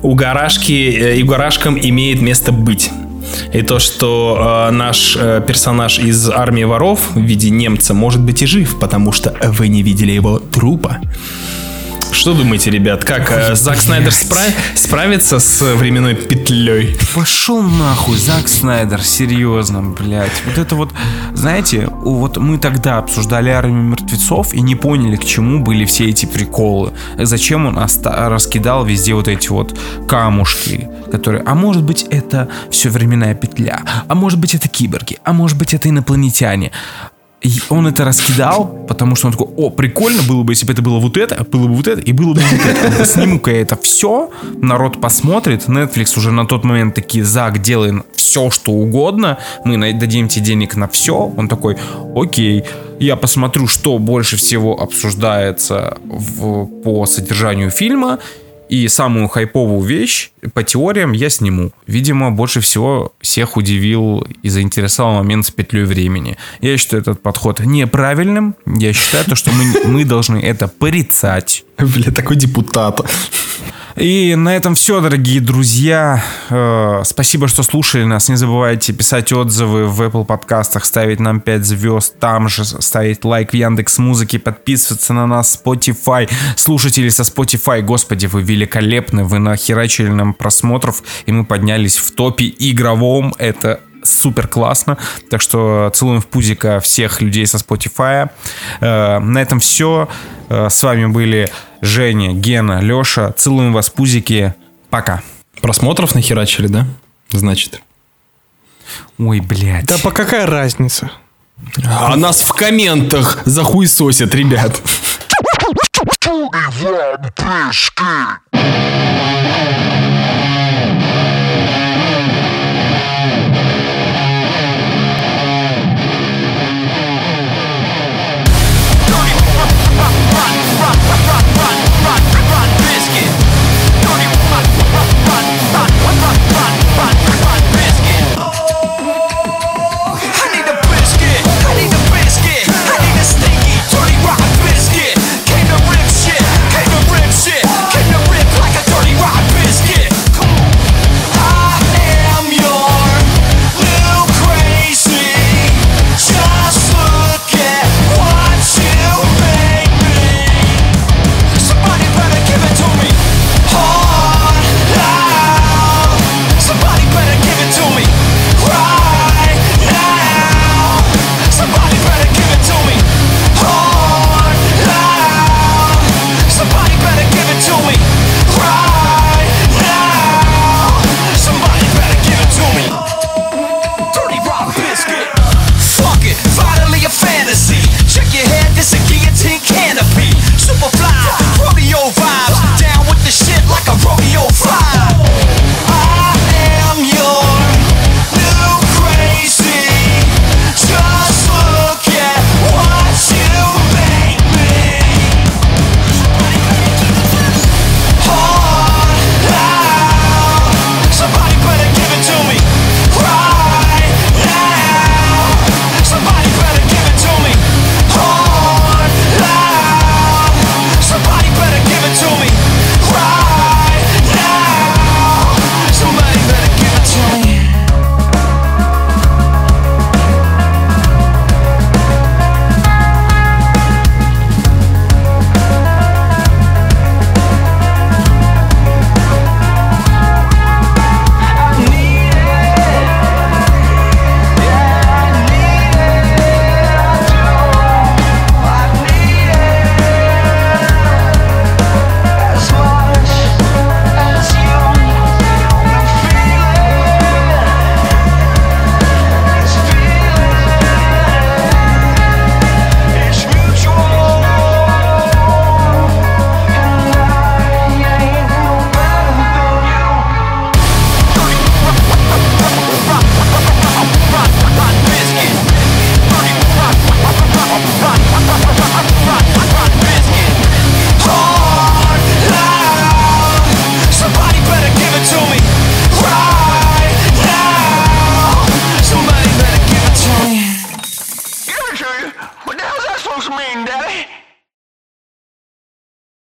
угарашкам имеет место быть. И то, что наш персонаж из «Армии воров» в виде немца может быть и жив, потому что вы не видели его трупа. Что думаете, ребят, как Зак Снайдер справится с временной петлей? Пошел нахуй, Зак Снайдер, серьезно, блядь. Вот это вот, знаете, вот мы тогда обсуждали «Армию мертвецов» и не поняли, к чему были все эти приколы. Зачем он раскидал везде вот эти вот камушки, которые... А может быть, это все временная петля, а может быть, это киборги, а может быть, это инопланетяне. И он это раскидал, потому что он такой: о, прикольно было бы, если бы это было вот это, и было бы вот это. Сниму-ка я это все, народ посмотрит. Netflix уже на тот момент такие: Зак, делаем все, что угодно, мы дадим тебе денег на все. Он такой: окей, я посмотрю, что больше всего обсуждается по содержанию фильма, и самую хайповую вещь по теориям я сниму. Видимо, больше всего всех удивил и заинтересовал момент с петлей времени. Я считаю этот подход неправильным. Я считаю, что мы должны это порицать. Бля, такой депутат. И на этом все, дорогие друзья. Спасибо, что слушали нас. Не забывайте писать отзывы в Apple подкастах, ставить нам 5 звезд, там же ставить лайк в Яндекс.Музыке, подписываться на нас в Spotify. Слушатели со Spotify, господи, вы великолепны, вы нахерачили нам просмотров, и мы поднялись в топе игровом. Это супер классно. Так что целуем в пузико всех людей со Spotify. На этом все. С вами были Женя, Гена, Леша. Целуем вас в пузики. Пока. Просмотров нахерачили, да? Значит. Ой, блядь. Да по какая разница? А нас в комментах захуесосят, ребят. Иван Пышки.